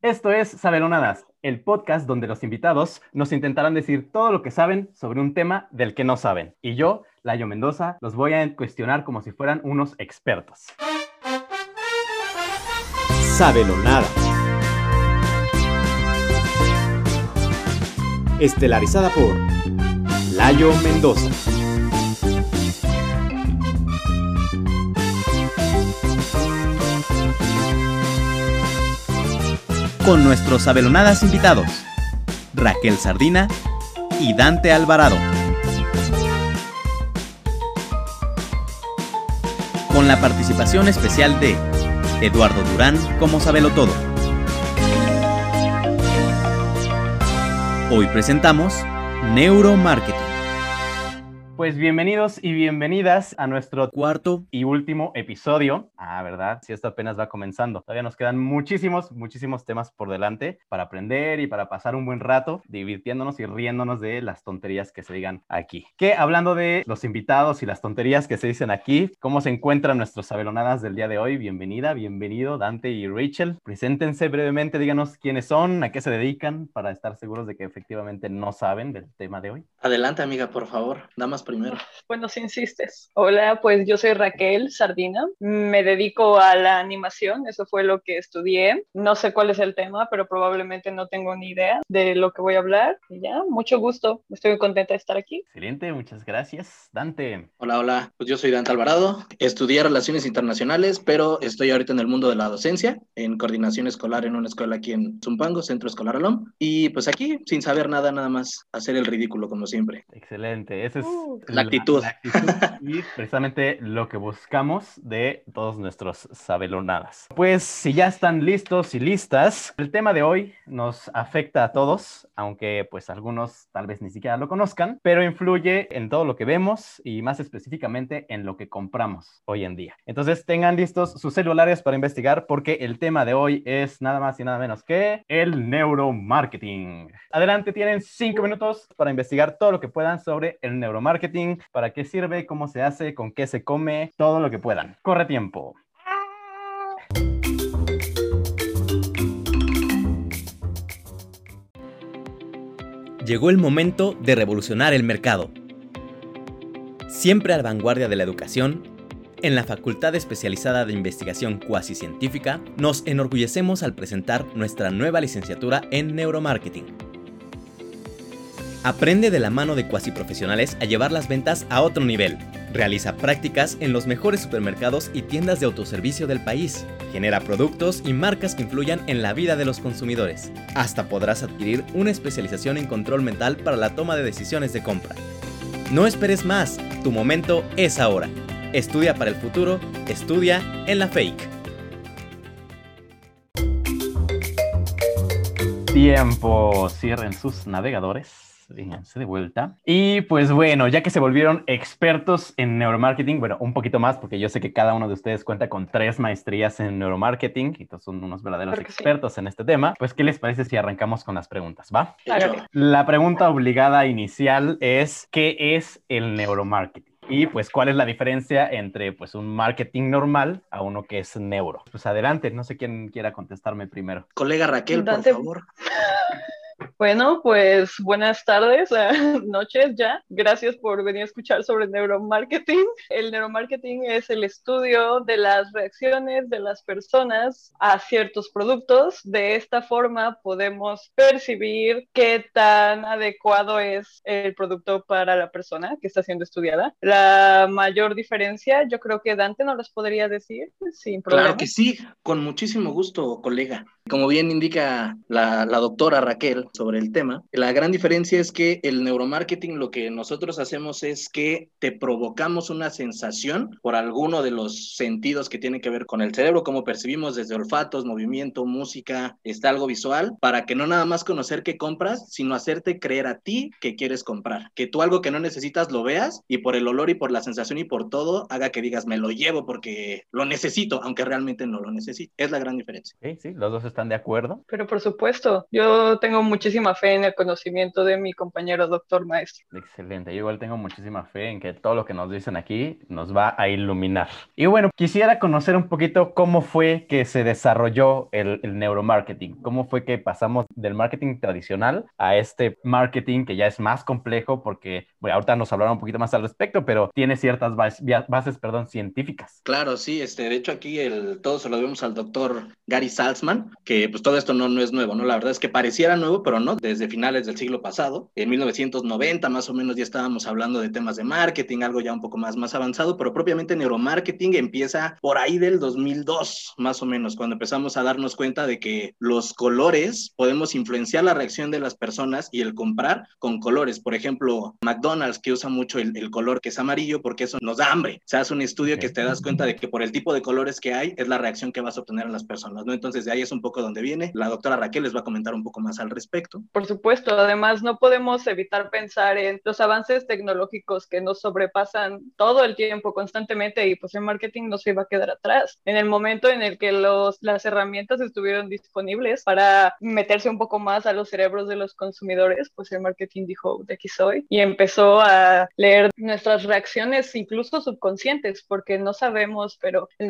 Esto es Sabelonadas, el podcast donde los invitados nos intentarán decir todo lo que saben sobre un tema del que no saben. Y yo, Layo Mendoza, los voy a cuestionar como si fueran unos expertos. Sabelonadas. Estelarizada por Layo Mendoza. Con nuestros Sabelonadas invitados, Raquel Sardina y Dante Alvarado. Con la participación especial de Eduardo Durán como Sabelotodo. Hoy presentamos Neuromarketing. Pues bienvenidos y bienvenidas a nuestro Cuarto y último episodio. ¿Verdad? Si esto apenas va comenzando. Todavía nos quedan muchísimos temas por delante para aprender y para pasar un buen rato divirtiéndonos y riéndonos de las tonterías que se digan aquí. Que hablando de los invitados y las tonterías que se dicen aquí, ¿cómo se encuentran nuestros sabelonadas del día de hoy? Bienvenido, Dante y Rachel. Preséntense brevemente, díganos quiénes son, a qué se dedican, para estar seguros de que efectivamente no saben del tema de hoy. Adelante, amiga, por favor, damas primero. Bueno, si insistes. Hola, pues yo soy Raquel Sardina, me dedico a la animación, eso fue lo que estudié. No sé cuál es el tema, pero probablemente no tengo ni idea de lo que voy a hablar. Y ya, mucho gusto, estoy muy contenta de estar aquí. Excelente, muchas gracias. Dante. Hola, pues yo soy Dante Alvarado, estudié Relaciones Internacionales, pero estoy ahorita en el mundo de la docencia, en coordinación escolar en una escuela aquí en Zumpango, Centro Escolar Alom, y pues aquí, sin saber nada más hacer el ridículo como siempre. Excelente, esa es la actitud. La actitud y precisamente lo que buscamos de todos nuestros sabelonadas. Pues si ya están listos y listas, el tema de hoy nos afecta a todos, aunque pues algunos tal vez ni siquiera lo conozcan, pero influye en todo lo que vemos y más específicamente en lo que compramos hoy en día. Entonces tengan listos sus celulares para investigar porque el tema de hoy es nada más y nada menos que el neuromarketing. Adelante, tienen 5 minutos para investigar todo lo que puedan sobre el neuromarketing, para qué sirve, cómo se hace, con qué se come, todo lo que puedan. Corre tiempo. Llegó el momento de revolucionar el mercado. Siempre a la vanguardia de la educación, en la Facultad Especializada de Investigación Cuasi Científica, nos enorgullecemos al presentar nuestra nueva licenciatura en Neuromarketing. Aprende de la mano de cuasi profesionales a llevar las ventas a otro nivel. Realiza prácticas en los mejores supermercados y tiendas de autoservicio del país. Genera productos y marcas que influyan en la vida de los consumidores. Hasta podrás adquirir una especialización en control mental para la toma de decisiones de compra. No esperes más, tu momento es ahora. Estudia para el futuro, estudia en la FEIC. Tiempo, cierren sus navegadores. Fíjense de vuelta. Y pues bueno, ya que se volvieron expertos en neuromarketing, bueno, un poquito más, porque yo sé que cada uno de ustedes cuenta con 3 maestrías en neuromarketing, y todos son unos verdaderos expertos en este tema, pues ¿qué les parece si arrancamos con las preguntas, va? Claro. La pregunta obligada inicial es, ¿qué es el neuromarketing? Y pues, ¿cuál es la diferencia entre pues un marketing normal a uno que es neuro? Pues adelante, no sé quién quiera contestarme primero. Colega Raquel, Dante, por favor. Bueno, pues buenas tardes, noches ya. Gracias por venir a escuchar sobre neuromarketing. El neuromarketing es el estudio de las reacciones de las personas a ciertos productos. De esta forma podemos percibir qué tan adecuado es el producto para la persona que está siendo estudiada. La mayor diferencia, yo creo que Dante nos las podría decir sin problema. Claro que sí, con muchísimo gusto, colega. Como bien indica la doctora Raquel sobre el tema, la gran diferencia es que el neuromarketing lo que nosotros hacemos es que te provocamos una sensación por alguno de los sentidos que tienen que ver con el cerebro, como percibimos desde olfatos, movimiento, música, algo visual, para que no nada más conocer qué compras, sino hacerte creer a ti que quieres comprar, que tú algo que no necesitas lo veas y por el olor y por la sensación y por todo haga que digas me lo llevo porque lo necesito, aunque realmente no lo necesito. Es la gran diferencia. Sí, los dos están de acuerdo. Pero por supuesto, yo tengo muchísima muchísima fe en el conocimiento de mi compañero doctor maestro. Excelente, yo igual tengo muchísima fe en que todo lo que nos dicen aquí nos va a iluminar. Y bueno, quisiera conocer un poquito cómo fue que se desarrolló el neuromarketing, cómo fue que pasamos del marketing tradicional a este marketing que ya es más complejo porque, bueno, ahorita nos hablarán un poquito más al respecto, pero tiene ciertas bases, científicas. Claro, sí, de hecho aquí todo se lo debemos al doctor Gary Salzman, que pues todo esto no es nuevo, ¿no? La verdad es que pareciera nuevo, pero no, desde finales del siglo pasado, en 1990 más o menos ya estábamos hablando de temas de marketing, algo ya un poco más avanzado, pero propiamente neuromarketing empieza por ahí del 2002, más o menos, cuando empezamos a darnos cuenta de que los colores podemos influenciar la reacción de las personas y el comprar con colores. Por ejemplo, McDonald's, que usa mucho el color que es amarillo porque eso nos da hambre. Se hace un estudio que te das cuenta de que por el tipo de colores que hay es la reacción que vas a obtener en las personas, ¿no? Entonces de ahí es un poco donde viene. La doctora Raquel les va a comentar un poco más al respecto. Por supuesto, además no podemos evitar pensar en los avances tecnológicos que nos sobrepasan todo el tiempo, constantemente, y pues el marketing no se iba a quedar atrás. En el momento en el que las herramientas estuvieron disponibles para meterse un poco más a los cerebros de los consumidores, pues el marketing dijo, de aquí soy, y empezó a leer nuestras reacciones, incluso subconscientes, porque no sabemos, pero el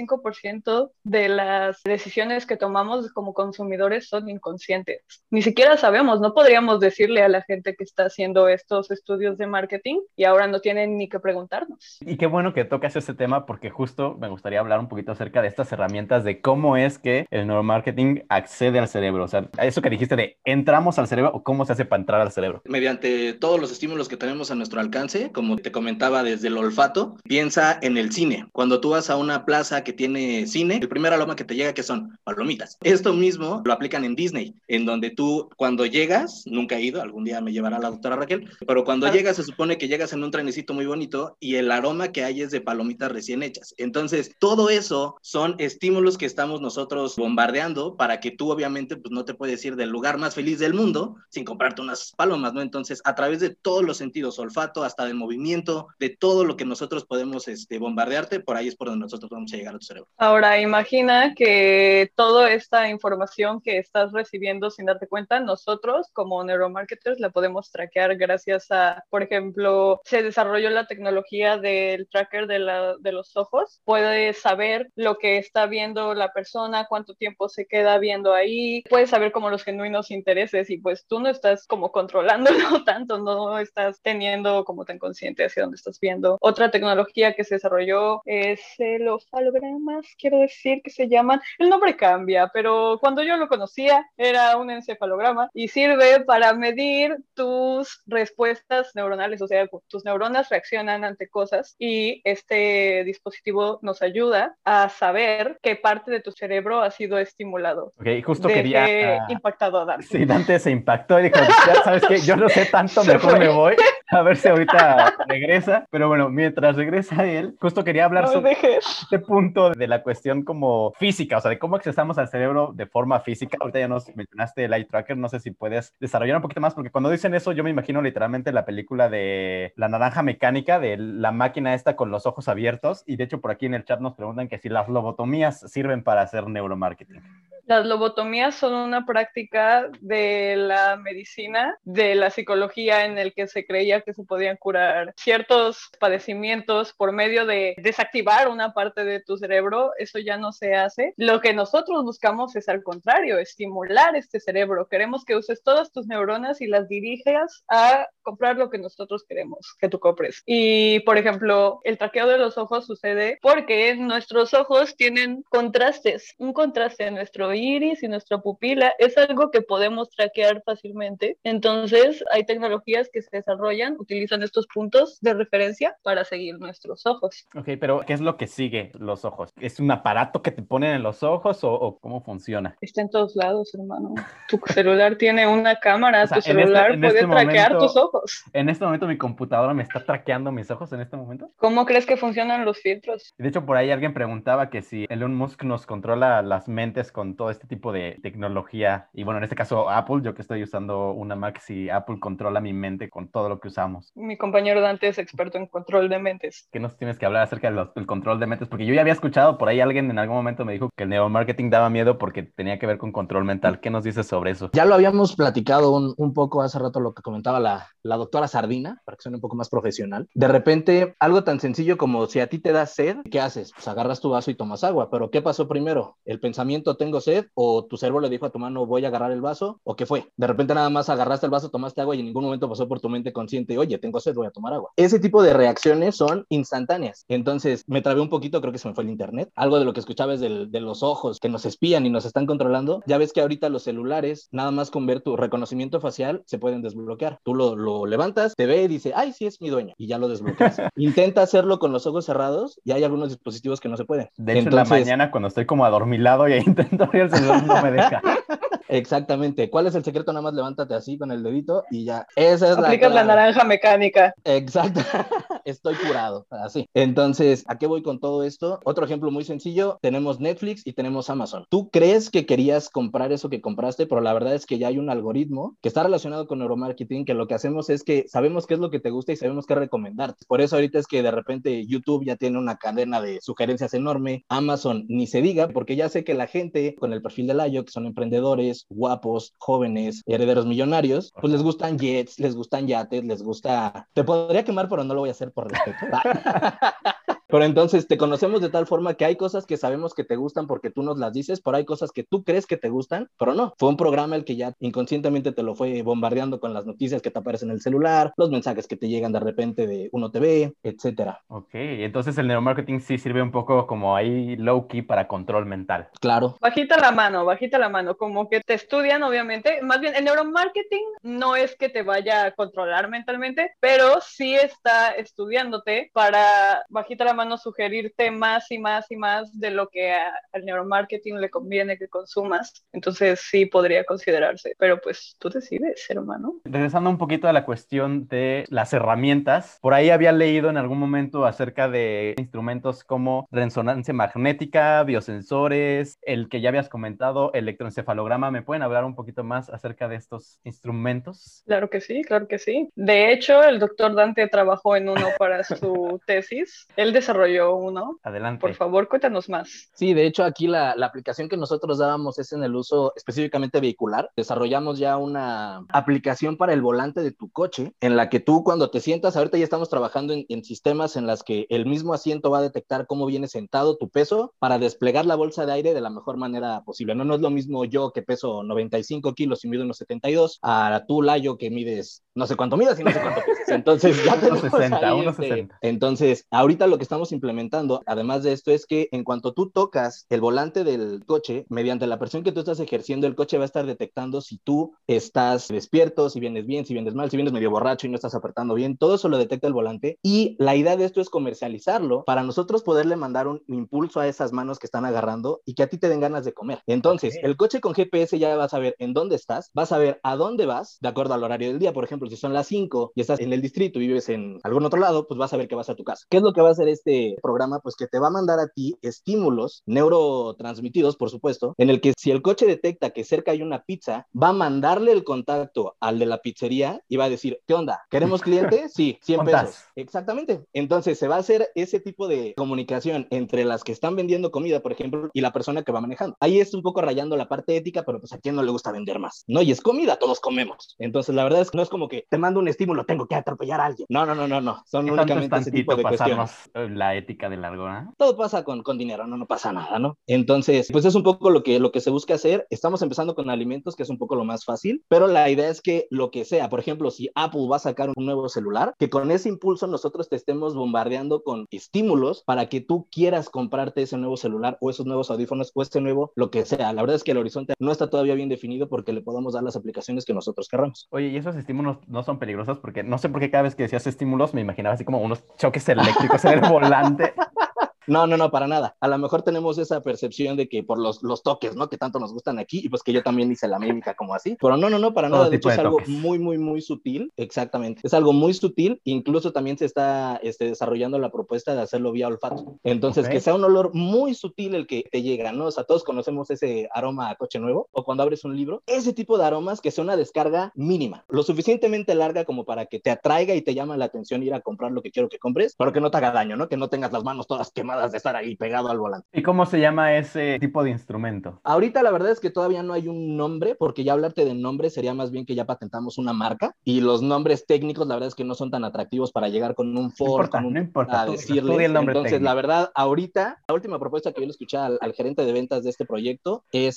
95% de las decisiones que tomamos como consumidores son inconscientes. Ni siquiera sabemos, no podríamos decirle a la gente que está haciendo estos estudios de marketing y ahora no tienen ni que preguntarnos. Y qué bueno que tocas ese tema porque justo me gustaría hablar un poquito acerca de estas herramientas de cómo es que el neuromarketing accede al cerebro. O sea, eso que dijiste de entramos al cerebro o cómo se hace para entrar al cerebro. Mediante todos los estímulos que tenemos a nuestro alcance, como te comentaba desde el olfato, piensa en el cine. Cuando tú vas a una plaza que tiene cine, el primer aroma que te llega que son palomitas. Esto mismo lo aplican en Disney, en donde tú cuando llegas, nunca he ido, algún día me llevará la doctora Raquel, pero cuando llegas se supone que llegas en un trenecito muy bonito y el aroma que hay es de palomitas recién hechas. Entonces, todo eso son estímulos que estamos nosotros bombardeando para que tú obviamente pues no te puedes ir del lugar más feliz del mundo sin comprarte unas palomas, ¿no? Entonces, a través de todos los sentidos, olfato, hasta del movimiento, de todo lo que nosotros podemos bombardearte, por ahí es por donde nosotros vamos a llegar a tu cerebro. Ahora, imagina que toda esta información que estás recibiendo sin darte cuenta, nosotros como neuromarketers la podemos traquear gracias a, por ejemplo, se desarrolló la tecnología del tracker de los ojos. Puedes saber lo que está viendo la persona, cuánto tiempo se queda viendo ahí, puedes saber como los genuinos intereses y pues tú no estás como controlándolo tanto, no estás teniendo como tan consciente hacia dónde estás viendo. Otra tecnología que se desarrolló es los hologramas, quiero decir que se llaman, el nombre cambia, pero cuando yo lo conocía era un encefalograma y sirve para medir tus respuestas neuronales, o sea, tus neuronas reaccionan ante cosas y este dispositivo nos ayuda a saber qué parte de tu cerebro ha sido estimulado. Ok, justo quería... impactado a Dante. Sí, Dante se impactó y dijo, ¿sabes qué? Yo no sé tanto, mejor me voy. A ver si ahorita regresa. Pero bueno, mientras regresa él, justo quería hablar sobre este punto de la cuestión como física, o sea, de cómo accesamos al cerebro de forma física. Ahorita ya nos mencionaste el eye tracker, no sé si puedes desarrollar un poquito más, porque cuando dicen eso yo me imagino literalmente la película de La Naranja Mecánica, de la máquina esta con los ojos abiertos, y de hecho por aquí en el chat nos preguntan que si las lobotomías sirven para hacer neuromarketing. Las lobotomías son una práctica de la medicina, de la psicología, en el que se creía que se podían curar ciertos padecimientos por medio de desactivar una parte de tu cerebro. Eso ya no se hace. Lo que nosotros buscamos es al contrario, estimular este cerebro. Queremos que uses todas tus neuronas y las dirijas a comprar lo que nosotros queremos que tú compres. Y, por ejemplo, el traqueo de los ojos sucede porque nuestros ojos tienen contrastes. Un contraste en nuestro iris y nuestra pupila es algo que podemos traquear fácilmente. Entonces, hay tecnologías que se desarrollan, utilizan estos puntos de referencia para seguir nuestros ojos. Ok, pero ¿qué es lo que sigue los ojos? ¿Es un aparato que te ponen en los ojos o cómo funciona? Está en todos lados, hermano. Tu celular tiene una cámara, o sea, tu celular puede traquear momento, tus ojos. En este momento mi computadora me está traqueando mis ojos en este momento. ¿Cómo crees que funcionan los filtros? De hecho, por ahí alguien preguntaba que si Elon Musk nos controla las mentes con todo este tipo de tecnología. Y bueno, en este caso Apple, yo que estoy usando una Mac, si Apple controla mi mente con todo lo que usamos. Mi compañero Dante es experto en control de mentes. ¿Qué nos tienes que hablar acerca del control de mentes? Porque yo ya había escuchado, por ahí alguien en algún momento me dijo que el neuromarketing daba miedo porque tenía que ver con control mental. ¿Qué nos dices sobre eso? Ya lo habíamos platicado un poco hace rato lo que comentaba la doctora Sardina, para que suene un poco más profesional. De repente, algo tan sencillo como si a ti te da sed, ¿qué haces? Pues agarras tu vaso y tomas agua. Pero ¿qué pasó primero? ¿El pensamiento tengo sed? ¿O tu cerebro le dijo a tu mano voy a agarrar el vaso? ¿O qué fue? De repente nada más agarraste el vaso, tomaste agua y en ningún momento pasó por tu mente consciente, oye, tengo sed, voy a tomar agua. Ese tipo de reacciones son instantáneas. Entonces, me trabé un poquito, creo que se me fue el internet. Algo de lo que escuchaba es de los ojos que nos espían y nos están controlando. Ya ves que ahorita los celulares, nada más con ver tu reconocimiento facial, se pueden desbloquear. Tú lo levantas, te ve y dice, ay, sí es mi dueño, y ya lo desbloqueas. Intenta hacerlo con los ojos cerrados y hay algunos dispositivos que no se pueden. De hecho, en la mañana, cuando estoy como adormilado y intento abrir el celular, no me deja. Exactamente. ¿Cuál es el secreto? Nada más levántate así con el dedito y ya. Esa es Aplicas la naranja mecánica. Exacto. Estoy curado. Así. Entonces, ¿a qué voy con todo esto? Otro ejemplo muy sencillo. Tenemos Netflix y tenemos Amazon. Tú crees que querías comprar eso que compraste, pero la verdad es que ya hay un algoritmo que está relacionado con neuromarketing, que lo que hacemos es que sabemos qué es lo que te gusta y sabemos qué recomendarte. Por eso ahorita es que de repente YouTube ya tiene una cadena de sugerencias enorme. Amazon ni se diga, porque ya sé que la gente con el perfil de Layo, que son emprendedores, guapos, jóvenes, herederos millonarios, pues les gustan jets, les gustan yates, les gusta... Te podría quemar, pero no lo voy a hacer por respeto. Pero entonces te conocemos de tal forma que hay cosas que sabemos que te gustan porque tú nos las dices, pero hay cosas que tú crees que te gustan, pero no. Fue un programa el que ya inconscientemente te lo fue bombardeando con las noticias que te aparecen en el celular, los mensajes que te llegan de repente de Uno TV, etcétera. Ok, entonces el neuromarketing sí sirve un poco como ahí low-key para control mental. Claro. Bajita la mano, como que te estudian, obviamente. Más bien, el neuromarketing no es que te vaya a controlar mentalmente, pero sí está estudiándote para, bajita la mano, sugerirte más y más y más de lo que al neuromarketing le conviene que consumas. Entonces sí podría considerarse, pero pues tú decides, ser humano. Regresando un poquito a la cuestión de las herramientas, por ahí había leído en algún momento acerca de instrumentos como resonancia magnética, biosensores, el que ya habías comentado, electroencefalograma. ¿Me pueden hablar un poquito más acerca de estos instrumentos? Claro que sí, claro que sí. De hecho, el doctor Dante trabajó en uno para su tesis. Él desarrolló uno. Adelante. Por favor, cuéntanos más. Sí, de hecho aquí la aplicación que nosotros dábamos es en el uso específicamente vehicular. Desarrollamos ya una aplicación para el volante de tu coche en la que tú cuando te sientas, ahorita ya estamos trabajando en sistemas en las que el mismo asiento va a detectar cómo vienes sentado, tu peso, para desplegar la bolsa de aire de la mejor manera posible. No es lo mismo yo que peso 95 kilos y mido unos 72 a tú, Layo, que mides no sé cuánto midas y no sé cuánto pesas. Entonces ya tenemos 1.60. Entonces, ahorita lo que estamos implementando, además de esto, es que en cuanto tú tocas el volante del coche, mediante la presión que tú estás ejerciendo, el coche va a estar detectando si tú estás despierto, si vienes bien, si vienes mal, si vienes medio borracho y no estás apretando bien. Todo eso lo detecta el volante y la idea de esto es comercializarlo para nosotros poderle mandar un impulso a esas manos que están agarrando y que a ti te den ganas de comer. Entonces, el coche con GPS ya va a saber en dónde estás, va a saber a dónde vas, de acuerdo al horario del día. Por ejemplo, si son las 5 y estás en el distrito y vives en algún otro lado, pues vas a ver que vas a tu casa. ¿Qué es lo que va a hacer este programa? Pues que te va a mandar a ti estímulos neurotransmitidos, por supuesto, en el que si el coche detecta que cerca hay una pizza, va a mandarle el contacto al de la pizzería y va a decir, ¿qué onda? ¿Queremos cliente? Sí, 100 pesos. Exactamente. Entonces se va a hacer ese tipo de comunicación entre las que están vendiendo comida, por ejemplo, y la persona que va manejando. Ahí es un poco rayando la parte ética, pero pues a quién no le gusta vender más, ¿no? Y es comida, todos comemos. Entonces la verdad es que no es como que te mando un estímulo, tengo que atropellar a alguien. No. Son únicamente ese tipo de cuestiones. La ética de largo, ¿no? Todo pasa con dinero, no pasa nada, ¿no? Entonces, pues es un poco lo que se busca hacer. Estamos empezando con alimentos, que es un poco lo más fácil, pero la idea es que lo que sea, por ejemplo, si Apple va a sacar un nuevo celular, que con ese impulso nosotros te estemos bombardeando con estímulos para que tú quieras comprarte ese nuevo celular o esos nuevos audífonos o este nuevo, lo que sea. La verdad es que el horizonte no está todavía bien definido porque le podamos dar las aplicaciones que nosotros querramos. Oye, ¿y esos estímulos no son peligrosos? Porque no sé por qué cada vez que decías estímulos me imaginaba así como unos choques eléctricos en el volante. No, para nada. A lo mejor tenemos esa percepción de que por los toques, ¿no? Que tanto nos gustan aquí, y pues que yo también hice la mímica como así. Pero no, para Todo nada. De tipo hecho, de es algo toques. muy sutil. Exactamente. Es algo muy sutil. Incluso también se está desarrollando la propuesta de hacerlo vía olfato. Entonces, que sea un olor muy sutil el que te llega, ¿no? O sea, todos conocemos ese aroma a coche nuevo, o cuando abres un libro. Ese tipo de aromas que sea una descarga mínima, lo suficientemente larga como para que te atraiga y te llama la atención ir a comprar lo que quiero que compres, pero que no te haga daño, ¿no? Que no tengas las manos todas quemadas de estar ahí pegado al volante. ¿Y cómo se llama ese tipo de instrumento? Ahorita la verdad es que todavía no hay un nombre, porque ya hablarte de nombre sería más bien que ya patentamos una marca, y los nombres técnicos la verdad es que no son tan atractivos para llegar con un Ford, No importa, a tú di decirles. el nombre Entonces, técnico. la verdad, ahorita, la última propuesta que yo le escuché al gerente de ventas de este proyecto es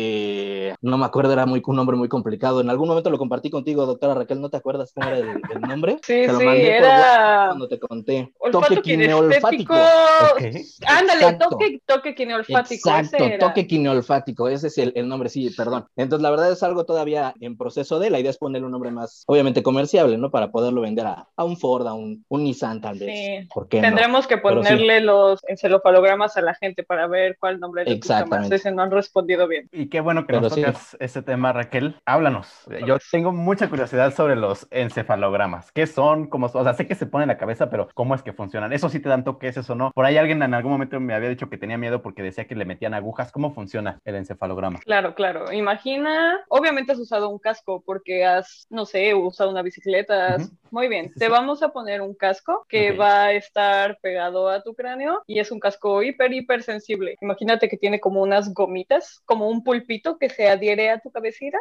no me acuerdo, era un nombre muy complicado. En algún momento lo compartí contigo, doctora Raquel, ¿no te acuerdas cómo era el nombre? Sí, Te lo sí, mandé por WhatsApp era cuando te conté. olfato Toque kinestético. kineolfático. Ok. Ándale, Exacto. toque kineolfático, ese Exacto, era. toque kineolfático, ese es el nombre, sí, perdón. Entonces, la verdad es algo todavía en proceso la idea es ponerle un nombre más, obviamente, comerciable, ¿no? Para poderlo vender a un Ford, a un Nissan, tal vez. Sí, ¿Por qué no? tendremos que Pero sí, ponerle los encefalogramas a la gente para ver cuál nombre les gusta más. exactamente. Ese no han respondido bien. Y qué bueno que nos Pero sí, tocas ese tema, Raquel. Háblanos. Yo tengo mucha curiosidad sobre los encefalogramas. ¿Qué son? ¿Cómo son? O sea, sé que se ponen en la cabeza, pero ¿cómo es que funcionan? ¿Eso sí te dan toques, eso no? Por ahí alguien en algún momento me había dicho que tenía miedo porque decía que le metían agujas. ¿Cómo funciona el encefalograma? Claro, claro. Imagina, obviamente has usado un casco porque has, no sé, usado una bicicleta. Ujú. Muy bien, Sí, te sí. vamos a poner un casco que Ok. va a estar pegado a tu cráneo y es un casco hiper sensible. Imagínate que tiene como unas gomitas, como un pulpito que se adhiere a tu cabecita.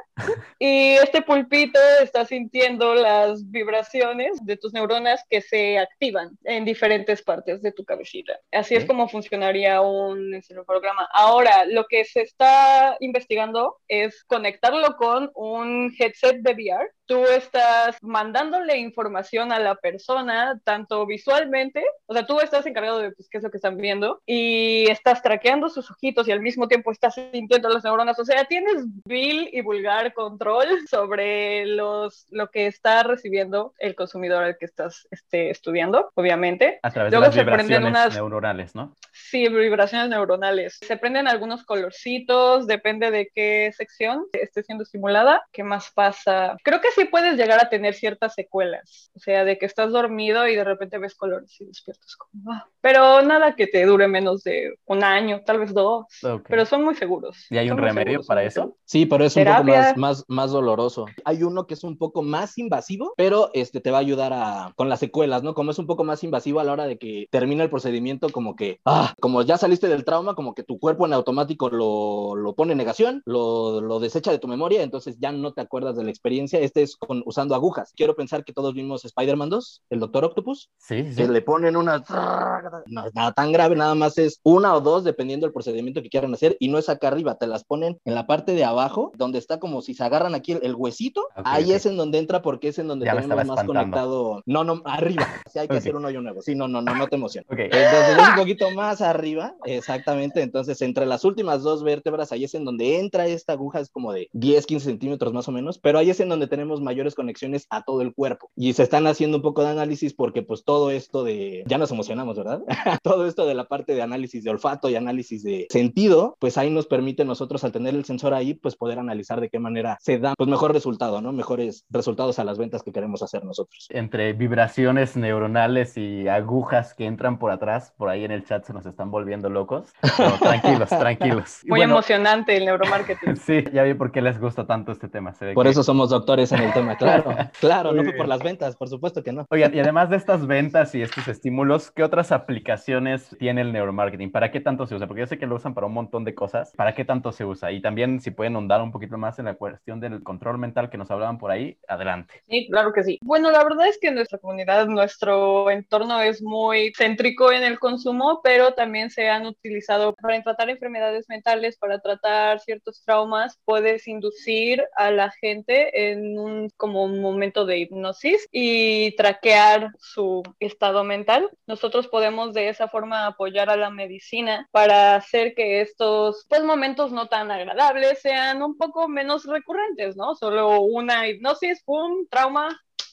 Y este pulpito está sintiendo las vibraciones de tus neuronas que se activan en diferentes partes de tu cabecita. Así es Ok. como funcionaría un encefalograma. Ahora, lo que se está investigando es conectarlo con un headset de VR. Tú estás mandándole información a la persona, tanto visualmente, o sea, tú estás encargado de pues, qué es lo que están viendo, y estás traqueando sus ojitos y al mismo tiempo estás sintiendo las neuronas. O sea, tienes vil y vulgar control sobre lo que está recibiendo el consumidor al que estás estudiando, obviamente. A través de Luego las se prenden vibraciones unas neuronales, ¿no? sí, vibraciones neuronales. Se prenden algunos colorcitos, depende de qué sección esté siendo estimulada. ¿Qué más pasa? Creo que sí puedes llegar a tener ciertas secuelas. O sea, de que estás dormido y de repente ves colores y despiertas como... Ah. Pero nada que te dure menos de un año, tal vez dos. Ok. Pero son muy seguros. ¿Y hay un Son muy remedio seguros, son para muy eso? seguros. sí, pero es un poco Terapia. más doloroso. Hay uno que es un poco más invasivo, pero te va a ayudar con las secuelas, ¿no? Como es un poco más invasivo a la hora de que termina el procedimiento, como que, como ya saliste del trauma, como que tu cuerpo en automático lo pone en negación, lo desecha de tu memoria, entonces ya no te acuerdas de la experiencia. Este es usando agujas. Quiero pensar que todos vimos Spider-Man 2, el Doctor Octopus, Sí, que sí. le ponen una... No es nada tan grave, nada más es una o dos, dependiendo del procedimiento que quieran hacer, y no es acá arriba, te las ponen en la parte de abajo, donde está como si se agarran aquí el huesito, Ok, ahí ok. es en donde entra, porque es en donde Ya me estaba tenemos más espantando. conectado. No, arriba, si hay que Ok, hacer un hoyo nuevo, sí, no te emociones. ok. Entonces es un poquito más arriba, exactamente, entonces entre las últimas dos vértebras, ahí es en donde entra esta aguja, es como de 10, 15 centímetros más o menos, pero ahí es en donde tenemos mayores conexiones a todo el cuerpo, y se están haciendo un poco de análisis porque pues todo esto ya nos emocionamos, ¿verdad? Todo esto de la parte de análisis de olfato y análisis de sentido, pues ahí nos permite nosotros al tener el sensor ahí, pues poder analizar de qué manera se da pues mejor resultado, ¿no? Mejores resultados a las ventas que queremos hacer nosotros. Entre vibraciones neuronales y agujas que entran por atrás, por ahí en el chat se nos están volviendo locos. Pero tranquilos, tranquilos. Y Muy bueno, emocionante el neuromarketing. sí, ya vi por qué les gusta tanto este tema. Se ve Por que... eso somos doctores en el tema, claro, Muy no fue por bien. las ventas, por supuesto que no. Oigan, y además de estas ventas y estos estímulos, ¿qué otras aplicaciones tiene el neuromarketing? ¿Para qué tanto se usa? Porque yo sé que lo usan para un montón de cosas. ¿Para qué tanto se usa? Y también si pueden ahondar un poquito más en la cuestión del control mental que nos hablaban por ahí, adelante. Sí, claro que sí. Bueno, la verdad es que nuestra comunidad, nuestro entorno es muy céntrico en el consumo, pero también se han utilizado para tratar enfermedades mentales, para tratar ciertos traumas. Puedes inducir a la gente en como un momento de hipnosis y traquear su estado mental. Nosotros podemos de esa forma apoyar a la medicina para hacer que estos pues, momentos no tan agradables sean un poco menos recurrentes, ¿no? Solo una hipnosis, ¡pum!, trauma,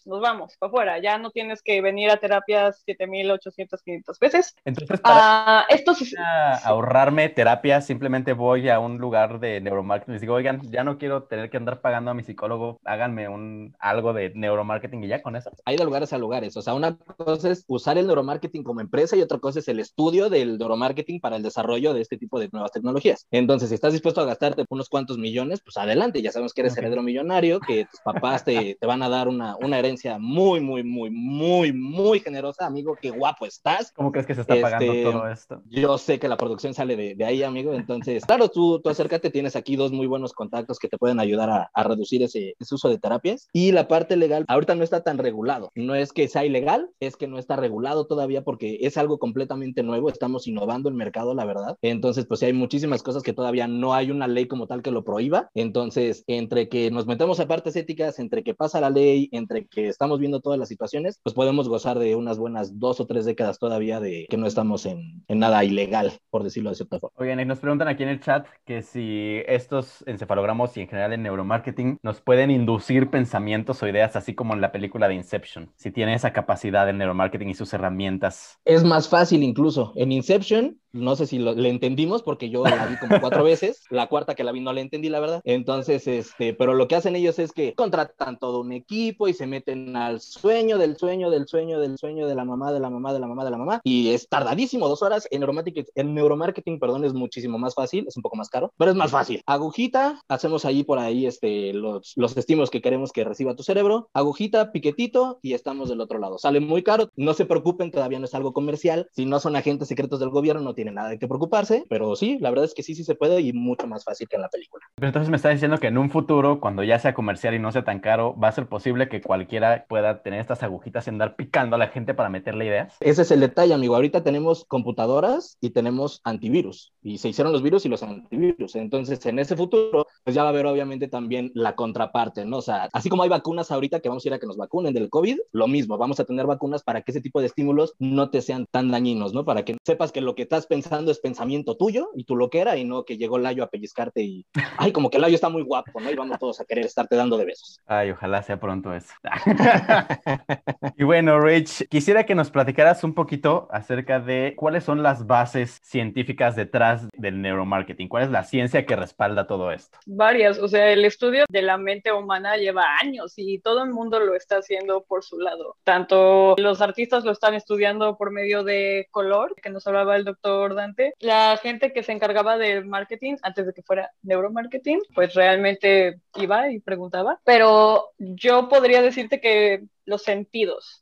nos vamos para afuera, ya no tienes que venir a terapias 7,800, 500 veces. Entonces, para Esto sí. ahorrarme terapia, simplemente voy a un lugar de neuromarketing y les digo, oigan, ya no quiero tener que andar pagando a mi psicólogo, háganme algo de neuromarketing y ya con eso. Hay de lugares a lugares, o sea, una cosa es usar el neuromarketing como empresa y otra cosa es el estudio del neuromarketing para el desarrollo de este tipo de nuevas tecnologías. Entonces, si estás dispuesto a gastarte unos cuantos millones, pues adelante, ya sabemos que eres heredero millonario, que tus papás te van a dar una herencia muy, muy, muy, muy, muy generosa, amigo, qué guapo estás. ¿Cómo crees que se está pagando todo esto? Yo sé que la producción sale de ahí, amigo, entonces, claro, tú acércate, tienes aquí 2 muy buenos contactos que te pueden ayudar a reducir ese uso de terapias. Y la parte legal, ahorita no está tan regulado, no es que sea ilegal, es que no está regulado todavía porque es algo completamente nuevo, estamos innovando el mercado, la verdad. Entonces, pues sí, hay muchísimas cosas que todavía no hay una ley como tal que lo prohíba. Entonces, entre que nos metemos a partes éticas, entre que pasa la ley, entre que estamos viendo todas las situaciones, pues podemos gozar de unas buenas 2 o 3 décadas todavía de que no estamos en nada ilegal, por decirlo de cierta forma. Oigan, y nos preguntan aquí en el chat que si estos encefalogramas y en general en neuromarketing nos pueden inducir pensamientos o ideas así como en la película de Inception, si tiene esa capacidad el neuromarketing y sus herramientas. Es más fácil incluso. En Inception, no sé si le entendimos porque yo la vi como 4 veces, la cuarta que la vi no la entendí, la verdad. Entonces, pero lo que hacen ellos es que contratan todo un equipo y se meten al sueño del sueño del sueño del sueño de la mamá, de la mamá, de la mamá, de la mamá, y es tardadísimo, 2 horas. En neuromarketing, perdón, es muchísimo más fácil, es un poco más caro, pero es más fácil. Agujita, hacemos ahí por ahí los estímulos que queremos que reciba tu cerebro, agujita, piquetito, y estamos del otro lado. Sale muy caro, no se preocupen, todavía no es algo comercial, si no son agentes secretos del gobierno no tienen nada de qué preocuparse, pero sí, la verdad es que sí se puede y mucho más fácil que en la película. Pero entonces me está diciendo que en un futuro, cuando ya sea comercial y no sea tan caro, va a ser posible que cualquiera pueda tener estas agujitas y andar picando a la gente para meterle ideas. Ese es el detalle, amigo. Ahorita tenemos computadoras y tenemos antivirus, y se hicieron los virus y los antivirus. Entonces, en ese futuro, pues ya va a haber obviamente también la contraparte, ¿no? O sea, así como hay vacunas ahorita que vamos a ir a que nos vacunen del COVID, lo mismo, vamos a tener vacunas para que ese tipo de estímulos no te sean tan dañinos, ¿no? Para que sepas que lo que estás pensando es pensamiento tuyo y tu loquera, y no que llegó Layo a pellizcarte y, ay, como que Layo está muy guapo, ¿no? Y vamos todos a querer estarte dando de besos. Ay, ojalá sea pronto eso. Y bueno, Rich, quisiera que nos platicaras un poquito acerca de cuáles son las bases científicas detrás del neuromarketing. ¿Cuál es la ciencia que respalda todo esto? Varias, o sea, el estudio de la mente humana lleva años y todo el mundo lo está haciendo por su lado. Tanto los artistas lo están estudiando por medio de color, que nos hablaba el doctor Dante. La gente que se encargaba del marketing, antes de que fuera neuromarketing, pues realmente iba y preguntaba. Pero yo podría decirte que los sentidos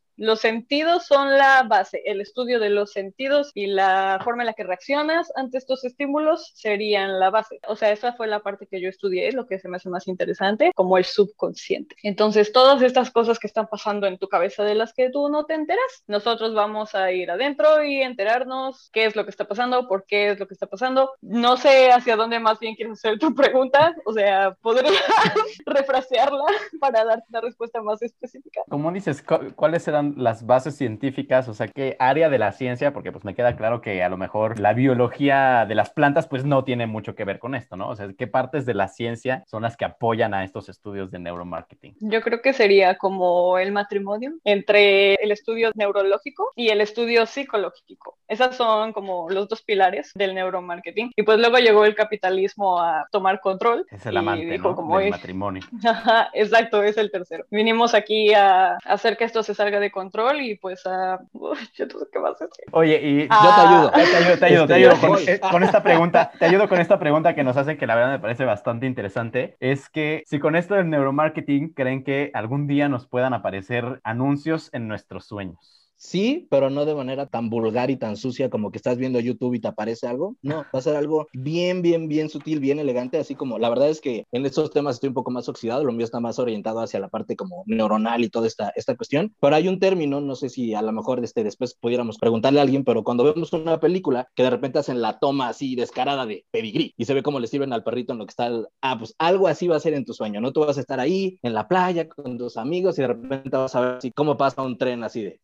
son la base. El estudio de los sentidos y la forma en la que reaccionas ante estos estímulos serían la base. O sea, esa fue la parte que yo estudié, lo que se me hace más interesante, como el subconsciente. Entonces, todas estas cosas que están pasando en tu cabeza de las que tú no te enteras, nosotros vamos a ir adentro y enterarnos qué es lo que está pasando, por qué es lo que está pasando. No sé hacia dónde más bien quieres hacer tu pregunta, o sea, podría refrasearla para darte una respuesta más específica. Como dices, ¿cuáles eran las bases científicas? O sea, ¿qué área de la ciencia? Porque pues me queda claro que a lo mejor la biología de las plantas pues no tiene mucho que ver con esto, ¿no? O sea, ¿qué partes de la ciencia son las que apoyan a estos estudios de neuromarketing? Yo creo que sería como el matrimonio entre el estudio neurológico y el estudio psicológico. Esas son como los 2 pilares del neuromarketing. Y pues luego llegó el capitalismo a tomar control. Es el amante, dijo, ¿no? Como del matrimonio. Ajá, exacto, es el tercero. Vinimos aquí a hacer que esto se salga de control y pues yo no sé qué más decir. Oye, y yo te ayudo con esta pregunta. Te ayudo con esta pregunta que nos hacen, que la verdad me parece bastante interesante. Es que si con esto del neuromarketing creen que algún día nos puedan aparecer anuncios en nuestros sueños. Sí, pero no de manera tan vulgar y tan sucia como que estás viendo YouTube y te aparece algo. No, va a ser algo bien, bien, bien sutil, bien elegante, así como la verdad es que en estos temas estoy un poco más oxidado, lo mío está más orientado hacia la parte como neuronal y toda esta cuestión, pero hay un término, no sé si a lo mejor después pudiéramos preguntarle a alguien, pero cuando vemos una película que de repente hacen la toma así descarada de pedigrí y se ve cómo le sirven al perrito en lo que está, pues algo así va a ser en tu sueño, ¿no? Tú vas a estar ahí en la playa con tus amigos y de repente vas a ver así cómo pasa un tren así de Sabritas.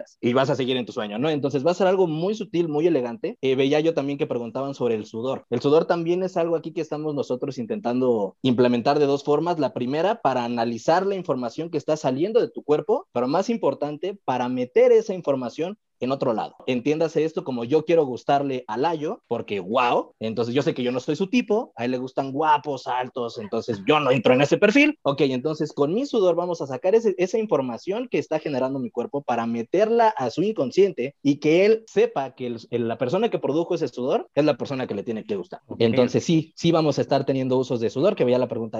sigas y vas a seguir en tu sueño, ¿no? Entonces va a ser algo muy sutil, muy elegante. Veía yo también que preguntaban sobre el sudor. El sudor también es algo aquí que estamos nosotros intentando implementar de dos formas. La primera, para analizar la información que está saliendo de tu cuerpo, pero más importante, para meter esa información en otro lado. Entiéndase esto como yo quiero gustarle a Layo, porque wow, entonces yo sé que yo no soy su tipo, a él le gustan guapos, altos, entonces yo no entro en ese perfil. Ok, entonces con mi sudor vamos a sacar esa información que está generando mi cuerpo para meterla a su inconsciente y que él sepa que la persona que produjo ese sudor es la persona que le tiene que gustar. Okay. Entonces sí vamos a estar teniendo usos de sudor, que veía la pregunta ahí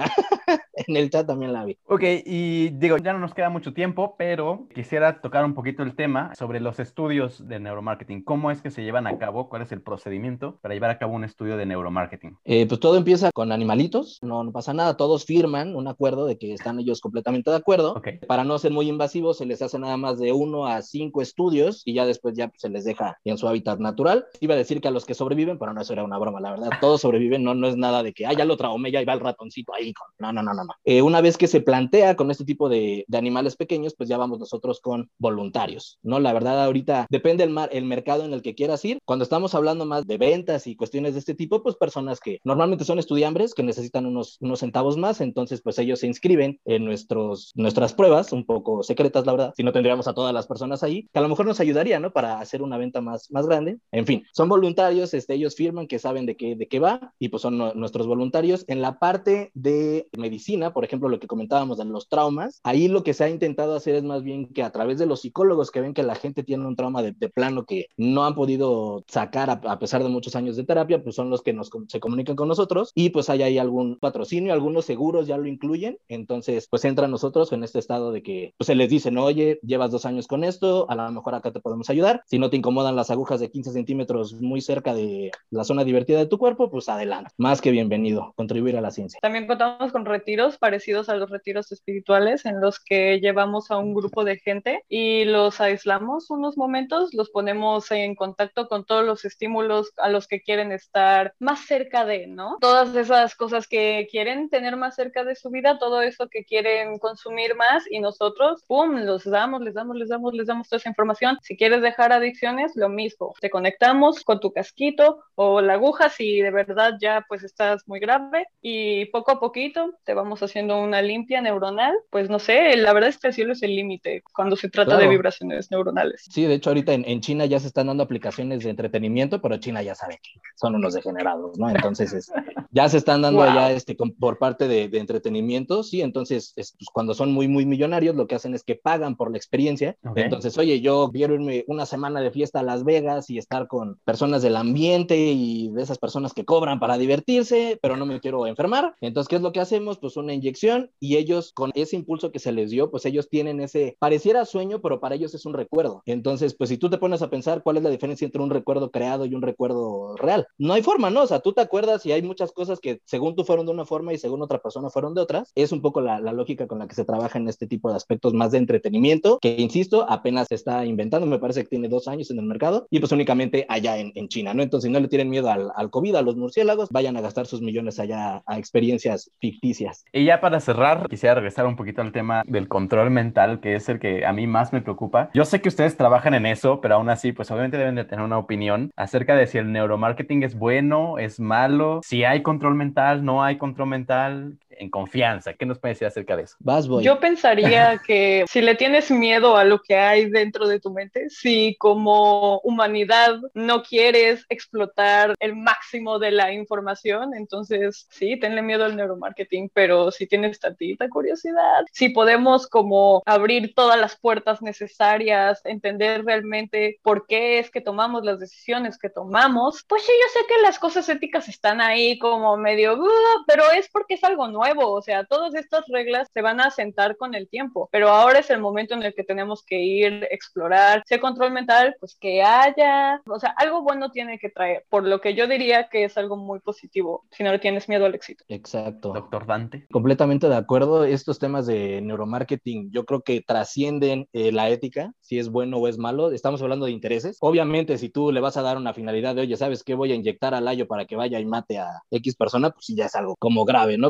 en el chat también la vi. Ok, y digo, ya no nos queda mucho tiempo, pero quisiera tocar un poquito el tema sobre los estudios de neuromarketing. ¿Cómo es que se llevan a cabo? ¿Cuál es el procedimiento para llevar a cabo un estudio de neuromarketing? Pues todo empieza con animalitos, no pasa nada, todos firman un acuerdo de que están ellos completamente de acuerdo. Okay. Para no ser muy invasivos, se les hace nada más de 1 a 5 estudios y ya después ya se les deja en su hábitat natural. Iba a decir que a los que sobreviven, pero no, eso era una broma, la verdad, todos sobreviven, no es nada de que, ya lo traumé, ya iba el ratoncito ahí. No. Una vez que se plantea con este tipo de animales pequeños, pues ya vamos nosotros con voluntarios, ¿no? La verdad, ahorita depende el mercado en el que quieras ir. Cuando estamos hablando más de ventas y cuestiones de este tipo, pues personas que normalmente son estudiambres, que necesitan unos centavos más, entonces pues ellos se inscriben en nuestras pruebas, un poco secretas, la verdad, si no tendríamos a todas las personas ahí, que a lo mejor nos ayudaría, ¿no? Para hacer una venta más grande. En fin, son voluntarios, ellos firman que saben de qué va y pues son nuestros voluntarios. En la parte de medicina, por ejemplo, lo que comentábamos de los traumas, ahí lo que se ha intentado hacer es más bien que a través de los psicólogos que ven que la gente tiene un trauma de plano que no han podido sacar a pesar de muchos años de terapia, pues son los que se comunican con nosotros y pues hay algún patrocinio, algunos seguros ya lo incluyen, entonces pues entran nosotros en este estado de que pues se les dice, no, oye, llevas 2 años con esto, a lo mejor acá te podemos ayudar, si no te incomodan las agujas de 15 centímetros muy cerca de la zona divertida de tu cuerpo, pues adelante, más que bienvenido, contribuir a la ciencia. También contamos con retiros parecidos a los retiros espirituales en los que llevamos a un grupo de gente y los aislamos unos momentos, los ponemos en contacto con todos los estímulos a los que quieren estar más cerca de, ¿no? Todas esas cosas que quieren tener más cerca de su vida, todo eso que quieren consumir más y nosotros, ¡pum!, les damos toda esa información. Si quieres dejar adicciones, lo mismo. Te conectamos con tu casquito o la aguja si de verdad ya pues estás muy grave y poco a poquito te vamos haciendo una limpia neuronal. Pues no sé, la verdad es que el cielo es el límite cuando se trata de vibraciones neuronales. Sí, de hecho ahorita en China ya se están dando aplicaciones de entretenimiento, pero China ya sabe que son unos degenerados, ¿no? Entonces ya se están dando ya por parte de entretenimiento, sí, entonces pues, cuando son muy millonarios lo que hacen es que pagan por la experiencia. Okay. Entonces, oye, yo quiero irme una semana de fiesta a Las Vegas y estar con personas del ambiente y de esas personas que cobran para divertirse, pero no me quiero enfermar. Entonces, ¿qué es lo que hacemos? Pues una inyección y ellos con ese impulso que se les dio, pues ellos tienen pareciera sueño, pero para ellos es un recuerdo. Entonces, pues si tú te pones a pensar cuál es la diferencia entre un recuerdo creado y un recuerdo real, no hay forma, ¿no? O sea, tú te acuerdas y hay muchas cosas que según tú fueron de una forma y según otra persona fueron de otras. Es un poco la lógica con la que se trabaja en este tipo de aspectos más de entretenimiento, que insisto, apenas se está inventando, me parece que tiene 2 años en el mercado y pues únicamente allá en China, ¿no? Entonces, si no le tienen miedo al COVID, a los murciélagos, vayan a gastar sus millones allá a experiencias ficticias. Y ya para cerrar, quisiera regresar un poquito al tema del control mental, que es el que a mí más me preocupa. Yo sé que ustedes trabajan en eso, pero aún así, pues obviamente deben de tener una opinión acerca de si el neuromarketing es bueno, es malo, si hay control mental, no hay control mental, en confianza. ¿Qué nos puede decir acerca de eso? Yo pensaría que si le tienes miedo a lo que hay dentro de tu mente, si como humanidad no quieres explotar el máximo de la información, entonces sí, tenle miedo al neuromarketing, pero si tienes tantita curiosidad, si podemos como abrir todas las puertas necesarias, entender realmente por qué es que tomamos las decisiones que tomamos, pues sí, yo sé que las cosas éticas están ahí como medio, pero es porque es algo nuevo. O sea, todas estas reglas se van a asentar con el tiempo, pero ahora es el momento en el que tenemos que ir, explorar. Si hay control mental, pues que haya, o sea, algo bueno tiene que traer, por lo que yo diría que es algo muy positivo, si no le tienes miedo al éxito. Exacto. Doctor Dante. Completamente de acuerdo, estos temas de neuromarketing yo creo que trascienden la ética, si es bueno o es malo, estamos hablando de intereses. Obviamente, si tú le vas a dar una finalidad de, oye, ¿sabes qué? Voy a inyectar a Layo para que vaya y mate a X persona, pues sí ya es algo como grave, ¿no? Pero imagínate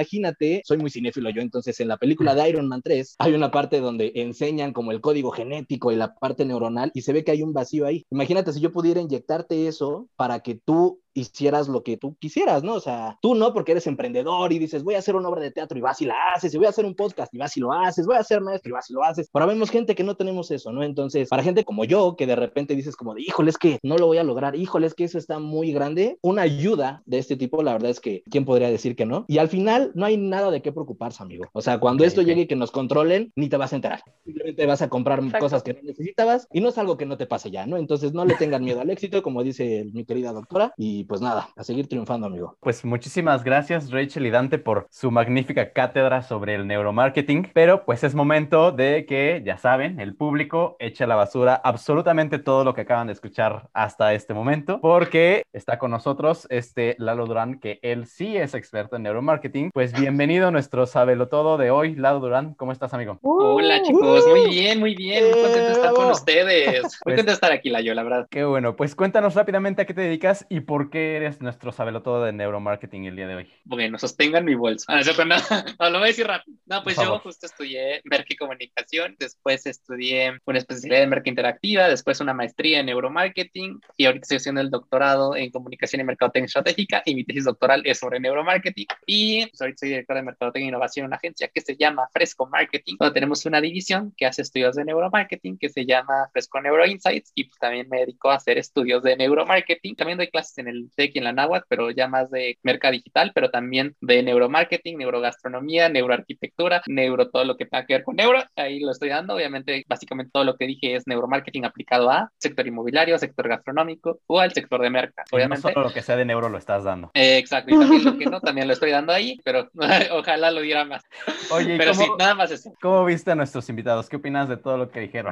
imagínate, soy muy cinéfilo yo, entonces en la película de Iron Man 3 hay una parte donde enseñan como el código genético y la parte neuronal y se ve que hay un vacío ahí. Imagínate si yo pudiera inyectarte eso para que tú hicieras lo que tú quisieras, ¿no? O sea, tú no, porque eres emprendedor y dices, voy a hacer una obra de teatro y vas y la haces, y voy a hacer un podcast y vas y lo haces, voy a ser maestro y vas y lo haces. Pero vemos gente que no tenemos eso, ¿no? Entonces, para gente como yo, que de repente dices como de, híjole, es que no lo voy a lograr, híjole, es que eso está muy grande, una ayuda de este tipo, la verdad es que, ¿quién podría decir que no? Y al final, no hay nada de qué preocuparse, amigo. O sea, cuando esto llegue y que nos controlen, ni te vas a enterar. Simplemente vas a comprar cosas que no necesitabas y no es algo que no te pase ya, ¿no? Entonces, no le tengan miedo al éxito, como dice mi querida doctora, y pues nada, a seguir triunfando, amigo. Pues muchísimas gracias, Rachel y Dante, por su magnífica cátedra sobre el neuromarketing, pero pues es momento de que, ya saben, el público eche a la basura absolutamente todo lo que acaban de escuchar hasta este momento, porque está con nosotros Lalo Durán, que él sí es experto en neuromarketing. Pues bienvenido a nuestro Sabelotodo de hoy. Lalo Durán, ¿cómo estás, amigo? Hola, chicos, muy bien, muy contento de estar con ustedes. Muy contento de estar aquí, Layo, la verdad. Qué bueno, pues cuéntanos rápidamente a qué te dedicas y por qué eres nuestro sabelotodo de neuromarketing el día de hoy. Bueno, sostengan mi bolso. No, lo voy a decir rápido. No, pues yo justo estudié Merca y Comunicación, después estudié una especialidad en Merca Interactiva, después una maestría en neuromarketing y ahorita estoy haciendo el doctorado en Comunicación y Mercadotecnia Estratégica y mi tesis doctoral es sobre neuromarketing y pues ahorita soy director de Mercadotecnia e Innovación en una agencia que se llama Fresco Marketing, donde tenemos una división que hace estudios de neuromarketing que se llama Fresco Neuro Insights y pues también me dedico a hacer estudios de neuromarketing. También doy clases en el TEC y en la náhuatl, pero ya más de merca digital, pero también de neuromarketing, neurogastronomía, neuroarquitectura, todo lo que tenga que ver con neuro, ahí lo estoy dando. Obviamente, básicamente todo lo que dije es neuromarketing aplicado a sector inmobiliario, sector gastronómico o al sector de merca. Obviamente. No solo lo que sea de neuro lo estás dando. Exacto, y también lo que no, también lo estoy dando ahí, pero ojalá lo diera más. Oye, pero sí, nada más eso. ¿Cómo viste a nuestros invitados? ¿Qué opinas de todo lo que dijeron?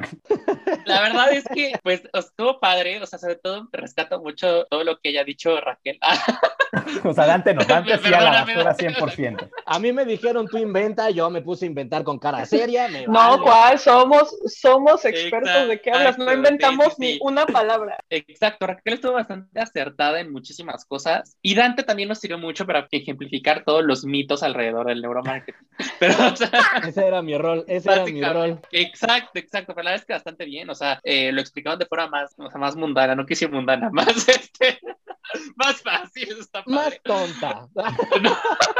La verdad es que, pues, estuvo padre, o sea, sobre todo rescato mucho todo lo que ella ha dicho Raquel. O sea, Dante sí a la basura 100%. A mí me dijeron, tú inventa, yo me puse a inventar con cara seria. No, vale. ¿Cuál? Somos expertos. Exacto, ¿de qué hablas? No inventamos ni una palabra. Exacto, Raquel estuvo bastante acertada en muchísimas cosas y Dante también nos sirvió mucho para ejemplificar todos los mitos alrededor del neuromarketing. Pero, o sea, ese era mi rol, Exacto, pero la verdad es que bastante bien, o sea, lo explicaban de forma más mundana, no quise mundana, más más fácil, está padre. Más tonta. No.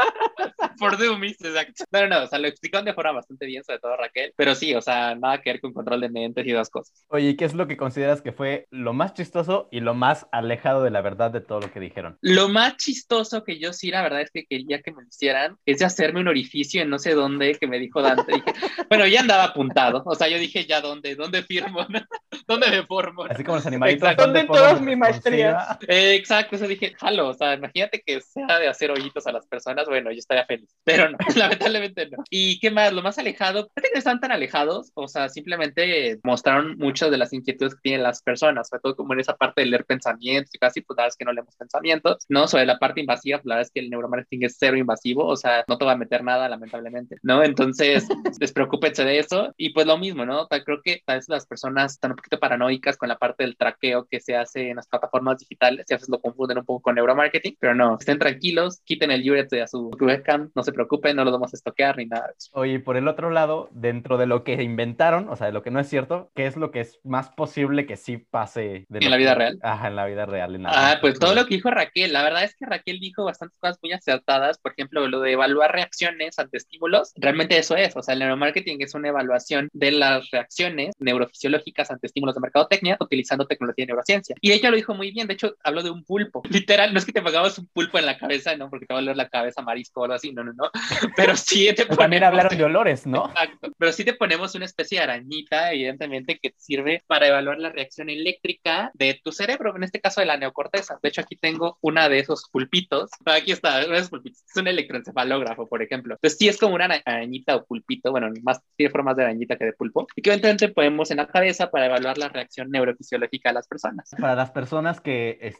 Por dummies, exacto. No, o sea, lo explicaron de forma bastante bien, sobre todo Raquel, pero sí, o sea, nada que ver con control de mentes y dos cosas. Oye, ¿y qué es lo que consideras que fue lo más chistoso y lo más alejado de la verdad de todo lo que dijeron? Lo más chistoso que yo sí, la verdad es que quería que me hicieran es de hacerme un orificio en no sé dónde, que me dijo Dante. Dije, bueno, ya andaba apuntado, o sea, yo dije, ya, ¿dónde firmo? ¿Dónde me formo? Así como los animalitos. ¿Dónde todas mis maestrías? Exacto, eso dije, jalo, o sea, imagínate que sea de hacer hoyitos a las personas, bueno, yo estaría feliz, pero no, lamentablemente no. ¿Y qué más? Lo más alejado, fíjate que no están tan alejados, o sea, simplemente mostraron muchas de las inquietudes que tienen las personas, sobre todo como en esa parte de leer pensamientos y casi, pues la verdad es que no leemos pensamientos, ¿no? Sobre la parte invasiva, pues, la verdad es que el neuromarketing es cero invasivo, o sea, no te va a meter nada, lamentablemente, ¿no? Entonces, despreocúpense de eso, y pues lo mismo, ¿no? Creo que a veces las personas están un poquito paranoicas con la parte del traqueo que se hace en las plataformas digitales, y a veces lo confunden un poco con neuromarketing, pero no, estén tranquilos, quiten el URL de su webcam, no se preocupen, no los vamos a estoquear ni nada de eso. Oye, por el otro lado, dentro de lo que inventaron, o sea, de lo que no es cierto, ¿qué es lo que es más posible que sí pase en la vida real? Ajá, en la vida real. Pues todo lo que dijo Raquel, la verdad es que Raquel dijo bastantes cosas muy acertadas, por ejemplo, lo de evaluar reacciones ante estímulos, realmente eso es, o sea, el neuromarketing es una evaluación de las reacciones neurofisiológicas ante estímulos de mercadotecnia utilizando tecnología de neurociencia. Y ella lo dijo muy bien, de hecho, habló de un pulpo, literal, no es que te pongamos un pulpo en la cabeza, no, porque te va a doler la cabeza marisco o algo así, no, pero sí te ponemos... También hablaron de olores, ¿no? Exacto, pero sí te ponemos una especie de arañita, evidentemente, que te sirve para evaluar la reacción eléctrica de tu cerebro, en este caso de la neocorteza. De hecho, aquí tengo una de esos pulpitos, aquí está, uno de esos pulpitos, es un electroencefalógrafo, por ejemplo. Entonces sí es como una arañita o pulpito, bueno, más tiene formas de arañita que de pulpo, y que evidentemente ponemos en la cabeza para evaluar la reacción neurofisiológica de las personas. Para las personas que están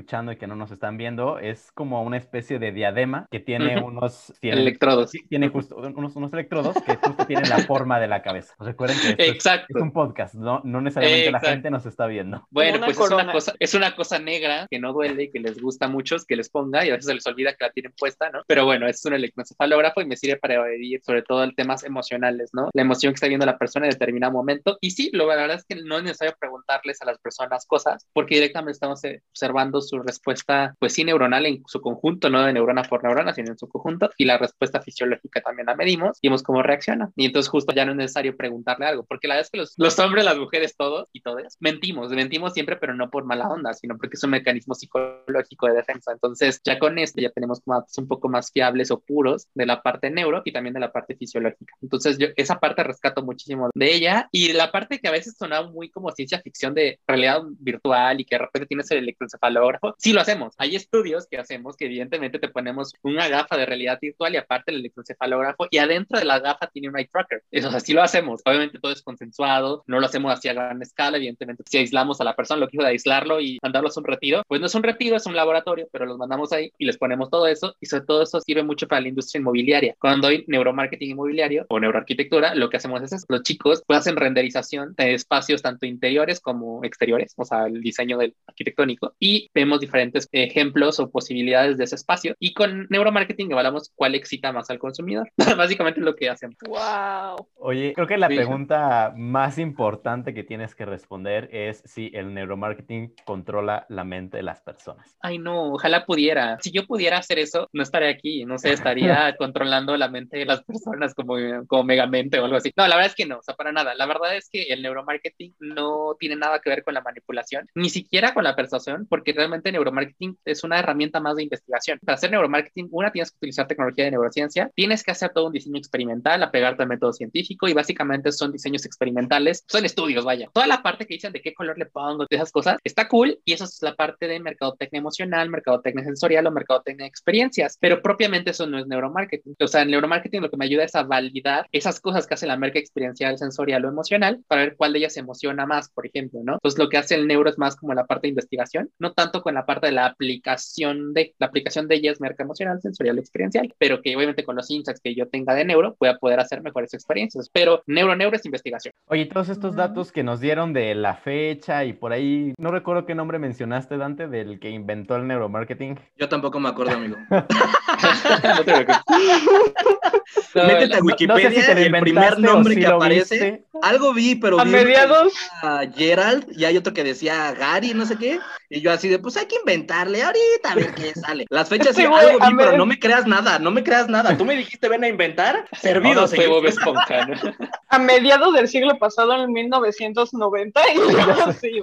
escuchando y que no nos están viendo, es como una especie de diadema que tiene electrodos. Tiene justo unos electrodos que justo tienen la forma de la cabeza. Recuerden que esto es un podcast, no necesariamente la gente nos está viendo. Bueno, pues es una cosa negra que no duele y que les gusta a muchos que les ponga y a veces se les olvida que la tienen puesta, ¿no? Pero bueno, es un electroencefalógrafo y me sirve para medir sobre todo el temas emocionales, ¿no? La emoción que está viendo la persona en determinado momento. Y sí, la verdad es que no es necesario preguntarles a las personas cosas porque directamente estamos observando su respuesta, pues sí, neuronal en su conjunto, no de neurona por neurona, sino en su conjunto, y la respuesta fisiológica también la medimos y vemos cómo reacciona. Y entonces justo ya no es necesario preguntarle algo, porque la verdad es que los hombres, las mujeres, todos y todas, mentimos siempre, pero no por mala onda, sino porque es un mecanismo psicológico de defensa. Entonces ya con esto ya tenemos como datos un poco más fiables o puros de la parte neuro y también de la parte fisiológica. Entonces yo esa parte rescato muchísimo de ella, y la parte que a veces sonaba muy como ciencia ficción de realidad virtual y que de repente tienes el electroencefalógrafo, sí lo hacemos. Hay estudios que hacemos que evidentemente te ponemos una gafa de realidad virtual y aparte el electroencefalógrafo, y adentro de la gafa tiene un eye tracker. Eso, o sea, sí lo hacemos. Obviamente todo es consensuado, no lo hacemos así a gran escala, evidentemente si aislamos a la persona, lo que hizo de aislarlo y mandarlos a un retiro, pues no es un retiro, es un laboratorio, pero los mandamos ahí y les ponemos todo eso, y sobre todo eso sirve mucho para la industria inmobiliaria. Cuando hay neuromarketing inmobiliario o neuroarquitectura, lo que hacemos es eso. Los chicos pues hacen renderización de espacios tanto interiores como exteriores, o sea, el diseño del arquitectónico, y vemos diferentes ejemplos o posibilidades de ese espacio, y con neuromarketing evaluamos cuál excita más al consumidor. Básicamente es lo que hacemos. ¡Wow! Oye, creo que la pregunta más importante que tienes que responder es si el neuromarketing controla la mente de las personas. Ay, no, ojalá pudiera. Si yo pudiera hacer eso, no estaría aquí, no sé, estaría controlando la mente de las personas como Megamente o algo así. No, la verdad es que no, o sea, para nada. La verdad es que el neuromarketing no tiene nada que ver con la manipulación, ni siquiera con la persuasión, porque realmente neuromarketing es una herramienta más de investigación. Para hacer neuromarketing, tienes que utilizar tecnología de neurociencia, tienes que hacer todo un diseño experimental, apegarte al método científico, y básicamente son diseños experimentales, son estudios, vaya. Toda la parte que dicen de qué color le pongo, de esas cosas, está cool, y eso es la parte de mercadotecnia emocional, mercadotecnia sensorial o mercadotecnia de experiencias, pero propiamente eso no es neuromarketing. O sea, el neuromarketing lo que me ayuda es a validar esas cosas que hace la merca experiencial, sensorial o emocional para ver cuál de ellas se emociona más, por ejemplo, ¿no? Entonces lo que hace el neuro es más como la parte de investigación, no tanto con la parte de la aplicación de ellas, merca emocional, sensorial, experiencial, pero que obviamente con los insights que yo tenga de neuro voy a poder hacer mejores experiencias, pero neuro es investigación. Oye, todos estos datos que nos dieron de la fecha y por ahí, no recuerdo qué nombre mencionaste, Dante, del que inventó el neuromarketing. Yo tampoco me acuerdo, amigo. No te preocupes. Métete a Wikipedia, no sé si te el primer nombre si que aparece. Viste. Algo vi, pero a vi mediados a Gerald, y hay otro que decía Gary, no sé qué, y yo así de, pues hay que inventarle ahorita a ver qué sale. Las fechas sí, algo vi, pero no me creas nada. Tú me dijiste, ven a inventar, servido, fue Bob Esponja, ¿no? A mediados del siglo pasado, en 1990, y yo sí,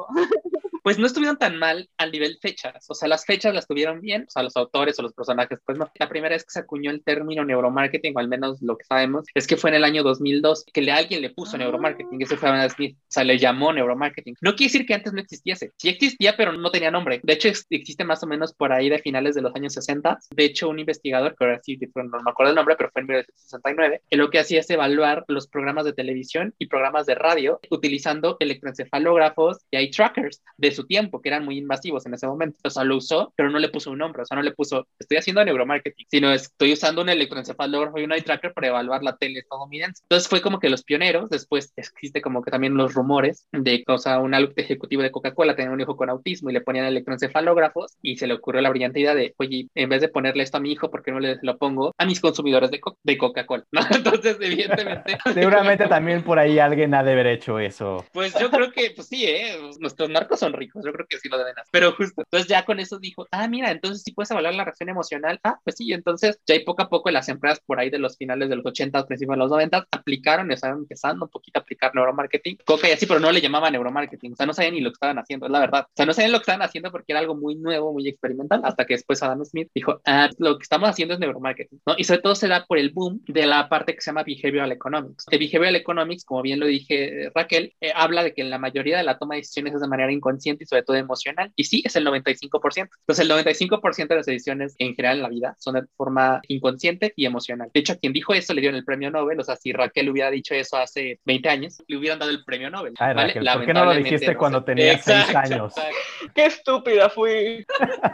Pues no estuvieron tan mal al nivel fechas, o sea, las fechas las tuvieron bien, o sea, los autores o los personajes, pues no. La primera vez que se acuñó el término neuromarketing, o al menos lo que sabemos, es que fue en el año 2002, que alguien le puso neuromarketing, eso fue Adam Smith, o sea, le llamó neuromarketing. No quiere decir que antes no existiese, sí existía, pero no tenía nombre. De hecho, existe más o menos por ahí de finales de los años 60. De hecho, un investigador, que ahora sí, no me acuerdo el nombre, pero fue en 1969, que lo que hacía es evaluar los programas de televisión y programas de radio utilizando electroencefalógrafos y eye trackers de su tiempo, que eran muy invasivos en ese momento. O sea, lo usó, pero no le puso un nombre, o sea, no le puso, estoy haciendo neuromarketing, sino estoy usando un electroencefalógrafo y un eye tracker para evaluar la tele estadounidense. Entonces fue como que los pioneros. Después existe como que también los rumores de, o sea, un alto ejecutivo de Coca-Cola tenía un hijo con autismo y le ponían electroencefalógrafos, y se le ocurrió la brillante idea de, oye, en vez de ponerle esto a mi hijo, ¿por qué no le lo pongo a mis consumidores de Coca-Cola? ¿No? Entonces, evidentemente... Seguramente también por ahí alguien ha de haber hecho eso. Pues yo creo que, pues sí, nuestros narcos son ricos, yo creo que sí lo deben hacer. Pero justo, entonces ya con eso dijo, mira, entonces sí puedes evaluar la reacción emocional. Pues sí, entonces ya hay poco a poco las empresas por ahí de los finales de los 80, principios de los 90, aplicaron, estaban empezando un poquito a aplicar neuromarketing, Coca y así, pero no le llamaban neuromarketing, o sea, no sabían ni lo que estaban haciendo, es la verdad. O sea, no sabían lo que estaban haciendo porque era algo muy nuevo, muy experimental, hasta que después Adam Smith dijo, lo que estamos haciendo es neuromarketing, ¿no? Y sobre todo se da por el boom de la parte que se llama Behavioral Economics. El Behavioral Economics, como bien lo dije Raquel, habla de que la mayoría de la toma de decisiones es de manera inconsciente, inconsciente y sobre todo emocional. Y sí, es el 95%. Entonces, el 95% de las decisiones en general en la vida son de forma inconsciente y emocional. De hecho, a quien dijo eso le dieron el premio Nobel. O sea, si Raquel hubiera dicho eso hace 20 años, le hubieran dado el premio Nobel. Ay, ¿Vale? Raquel, ¿por qué no lo dijiste cuando tenías 6 años? Exacto. Qué estúpida fui.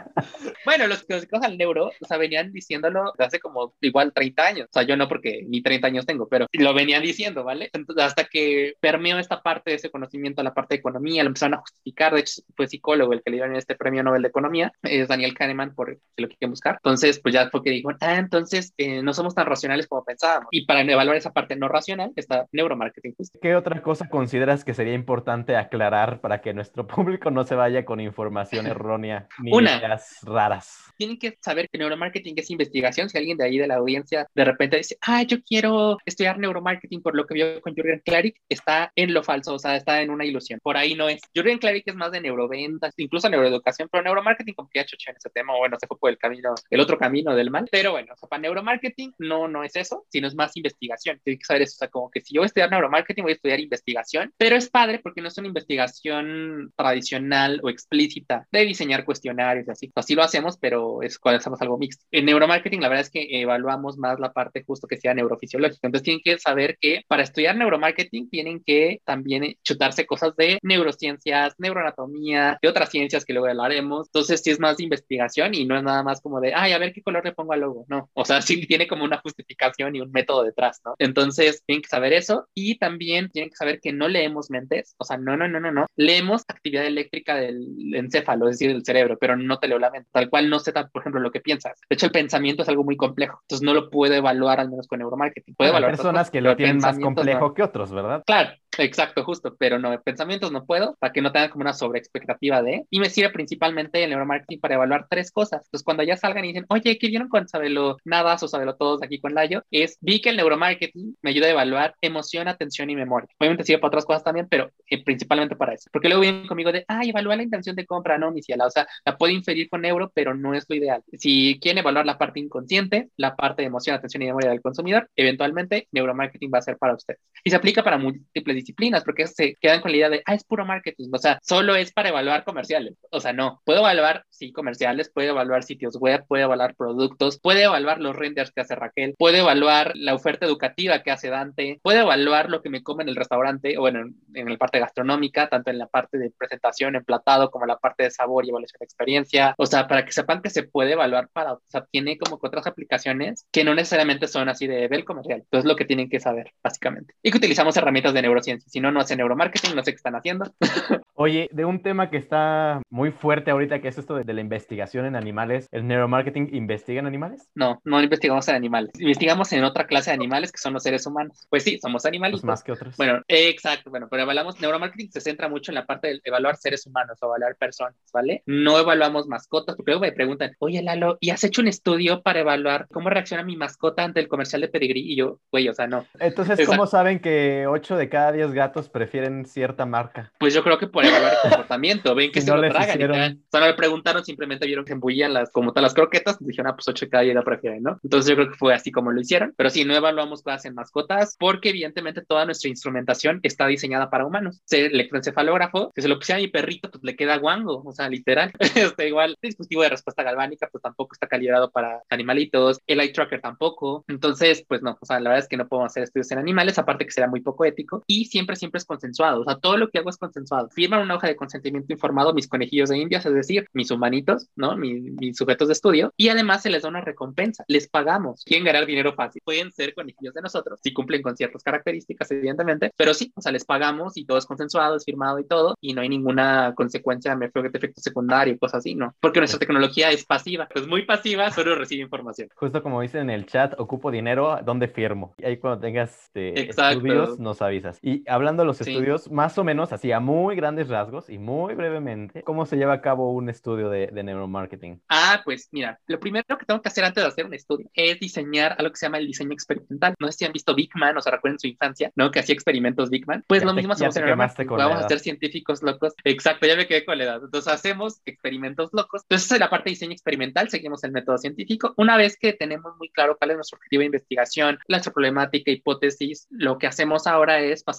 Bueno, los que al neuro, o sea, venían diciéndolo desde hace como igual 30 años. O sea, yo no porque ni 30 años tengo, pero lo venían diciendo, ¿vale? Entonces, hasta que permeó esta parte de ese conocimiento a la parte de economía, lo empezaron a justificar. De hecho, fue psicólogo el que le dieron este premio Nobel de Economía, es Daniel Kahneman, por si lo quieren buscar. Entonces, pues ya fue que dijo, entonces no somos tan racionales como pensábamos. Y para evaluar esa parte no racional está neuromarketing. ¿Qué otra cosa consideras que sería importante aclarar para que nuestro público no se vaya con información errónea ni ideas raras? Tienen que saber que neuromarketing es investigación. Si alguien de ahí de la audiencia de repente dice, yo quiero estudiar neuromarketing por lo que vio con Jürgen Klarik, está en lo falso, o sea, está en una ilusión. Por ahí no es. Jürgen Klarik es más de neuroventas, incluso neuroeducación, pero neuromarketing como que ya choché en ese tema, o bueno, se fue por el otro camino del mal. Pero bueno, o sea, para neuromarketing no es eso, sino es más investigación. Tienes que saber eso, o sea, como que si yo voy a estudiar neuromarketing, voy a estudiar investigación, pero es padre porque no es una investigación tradicional o explícita de diseñar cuestionarios y así. Así lo hacemos, pero es cuando hacemos algo mixto. En neuromarketing, la verdad es que evaluamos más la parte justo que sea neurofisiológica. Entonces tienen que saber que para estudiar neuromarketing tienen que también chutarse cosas de neurociencias, neuroanatomía, de otras ciencias que luego hablaremos. Entonces sí es más de investigación y no es nada más como de, a ver qué color le pongo al logo. No, o sea, sí tiene como una justificación y un método detrás, ¿no? Entonces tienen que saber eso y también tienen que saber que no leemos mentes, o sea, no. Leemos actividad eléctrica del encéfalo, es decir, del cerebro, pero no te leo la mente. Tal cual no sé, por ejemplo, lo que piensas. De hecho, el pensamiento es algo muy complejo, entonces no lo puedo evaluar al menos con neuromarketing. Puedo evaluar personas que lo tienen más complejo que otros, ¿verdad? Claro, exacto, justo, pero no, pensamientos no puedo, para que no tengan como una sobreexpectativa y me sirve principalmente el neuromarketing para evaluar 3 cosas. Entonces, cuando ya salgan y dicen, oye, ¿qué vieron con Sabelo Nadas o Sabelo Todos aquí con Layo? Vi que el neuromarketing me ayuda a evaluar emoción, atención y memoria. Obviamente sirve para otras cosas también, pero principalmente para eso. Porque luego vienen conmigo de, evalúa la intención de compra, no, mi ciela. O sea, la puedo inferir con neuro, pero no es lo ideal. Si quieren evaluar la parte inconsciente, la parte de emoción, atención y memoria del consumidor, eventualmente neuromarketing va a ser para ustedes. Y se aplica para múltiples disciplinas, porque se quedan con la idea de, es puro marketing. O sea, solo es para evaluar comerciales. O sea, no. Puedo evaluar, sí, comerciales, puedo evaluar sitios web, puedo evaluar productos, puedo evaluar los renders que hace Raquel, puedo evaluar la oferta educativa que hace Dante, puedo evaluar lo que me come en el restaurante, o bueno, en la parte gastronómica, tanto en la parte de presentación, emplatado, como en la parte de sabor y evaluación de experiencia. O sea, para que sepan que se puede evaluar o sea, tiene como que otras aplicaciones que no necesariamente son así de ver comercial. Entonces, lo que tienen que saber, básicamente. Y que utilizamos herramientas de neurociencia. Si no hacen neuromarketing, no sé qué están haciendo. Oye, de un tema que está muy fuerte ahorita, que es esto de la investigación en animales, ¿el neuromarketing investiga en animales? No investigamos en animales. Investigamos en otra clase de animales que son los seres humanos. Pues sí, somos animalitos. Pues más que otros. Bueno, exacto. Bueno, pero evaluamos, neuromarketing se centra mucho en la parte de evaluar seres humanos o evaluar personas, ¿vale? No evaluamos mascotas, porque luego me preguntan, oye, Lalo, ¿y has hecho un estudio para evaluar cómo reacciona mi mascota ante el comercial de Pedigrí? Y yo, güey, o sea, no. Entonces, ¿cómo saben que 8 de cada 10 gatos prefieren cierta marca? Pues yo creo que por evaluar el comportamiento, ven que si se no lo tragan. Hicieron... O sea, no le preguntaron, simplemente vieron que embullían como tal las croquetas, y dijeron, pues 8 de cada 10 la prefieren, ¿no? Entonces yo creo que fue así como lo hicieron, pero sí, no evaluamos cosas en mascotas, porque evidentemente toda nuestra instrumentación está diseñada para humanos. El electroencefalógrafo, que se lo pusiera a mi perrito, pues le queda guango, o sea, literal. Igual, el dispositivo de respuesta galvánica, pues tampoco está calibrado para animalitos, el eye tracker tampoco. Entonces, pues no, o sea, la verdad es que no podemos hacer estudios en animales, aparte que será muy poco ético, y siempre es consensuado. O sea, todo lo que hago es consensuado. Firman una hoja de consentimiento informado mis conejillos de indias, es decir, mis humanitos, ¿no? Mis sujetos de estudio, y además se les da una recompensa. Les pagamos. ¿Quieren ganar dinero fácil? Pueden ser conejillos de nosotros, si cumplen con ciertas características, evidentemente, pero sí, o sea, les pagamos y todo es consensuado, es firmado y todo, y no hay ninguna consecuencia de efecto secundario, cosas así, ¿no? Porque nuestra tecnología es pasiva. Pues muy pasiva, solo recibe información. Justo como dicen en el chat, ocupo dinero, ¿dónde firmo? Y ahí cuando tengas estudios, nos avisas. Y hablando de los estudios, más o menos, así a muy grandes rasgos y muy brevemente, ¿cómo se lleva a cabo un estudio de neuromarketing? Pues mira, lo primero que tengo que hacer antes de hacer un estudio es diseñar algo que se llama el diseño experimental. No sé si han visto Big Man o se recuerdan su infancia, ¿no? Que hacía experimentos Big Man. Pues lo mismo hacemos en neuromarketing. Vamos a ser científicos locos. Exacto, ya me quedé con la edad. Entonces hacemos experimentos locos. Entonces esa es la parte de diseño experimental, seguimos el método científico. Una vez que tenemos muy claro cuál es nuestro objetivo de investigación, nuestra problemática, hipótesis, lo que hacemos ahora es pasar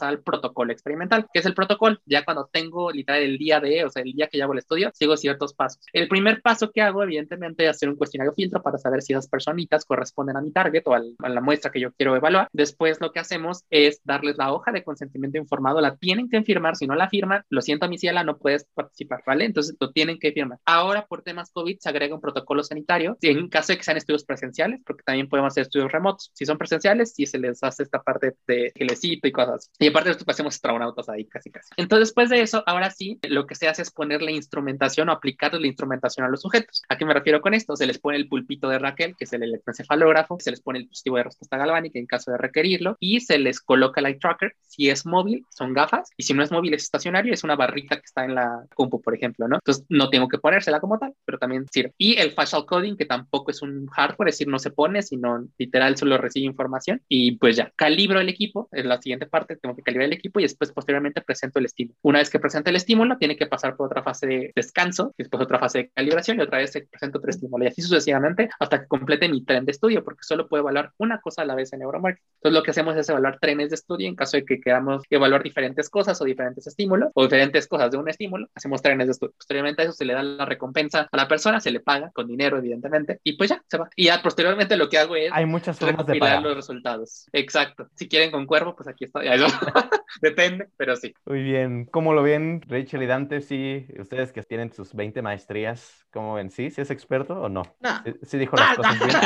pasar al protocolo experimental. ¿Qué es el protocolo? Ya cuando tengo literal el día o sea, el día que ya hago el estudio, sigo ciertos pasos. El primer paso que hago, evidentemente, es hacer un cuestionario filtro para saber si esas personitas corresponden a mi target o a la muestra que yo quiero evaluar. Después lo que hacemos es darles la hoja de consentimiento informado, la tienen que firmar, si no la firman, lo siento, mi ciela, no puedes participar, ¿vale? Entonces lo tienen que firmar. Ahora, por temas COVID, se agrega un protocolo sanitario, en caso de que sean estudios presenciales, porque también podemos hacer estudios remotos. Si son presenciales, sí se les hace esta parte de gelecito y cosas así. Y aparte de esto, hacemos astronautas ahí, casi. Entonces, después de eso, ahora sí, lo que se hace es ponerle instrumentación o aplicarle la instrumentación a los sujetos. ¿A qué me refiero con esto? Se les pone el pulpito de Raquel, que es el electroencefalógrafo, se les pone el dispositivo de respuesta galvánica en caso de requerirlo, y se les coloca el eye tracker. Si es móvil, son gafas, y si no es móvil, es estacionario, es una barrita que está en la compu, por ejemplo, ¿no? Entonces, no tengo que ponérsela como tal, pero también sirve. Y el facial coding, que tampoco es un hardware, es decir, no se pone, sino literal solo recibe información, y pues ya, calibro el equipo, es la siguiente parte, tengo que calibrar el equipo, y después, posteriormente, presento el estímulo. Una vez que presente el estímulo, tiene que pasar por otra fase de descanso, después otra fase de calibración, y otra vez se presenta otro estímulo, y así sucesivamente, hasta que complete mi tren de estudio, porque solo puedo evaluar una cosa a la vez en neuromarketing. Entonces, lo que hacemos es evaluar trenes de estudio en caso de que queramos evaluar diferentes cosas o diferentes estímulos, o diferentes cosas de un estímulo, hacemos trenes de estudio. Posteriormente a eso se le da la recompensa a la persona, se le paga con dinero, evidentemente, y pues ya, se va. Y ya posteriormente lo que hago es hay muchas formas de recopilar pagar los resultados. Exacto. Si quieren con cuervo, pues aquí está. Depende, pero sí. Muy bien. ¿Cómo lo ven, Rachel y Dante? Sí, ustedes que tienen sus 20 maestrías, ¿cómo ven? ¿Sí? ¿Sí es experto o no? No. ¿Sí dijo las cosas bien?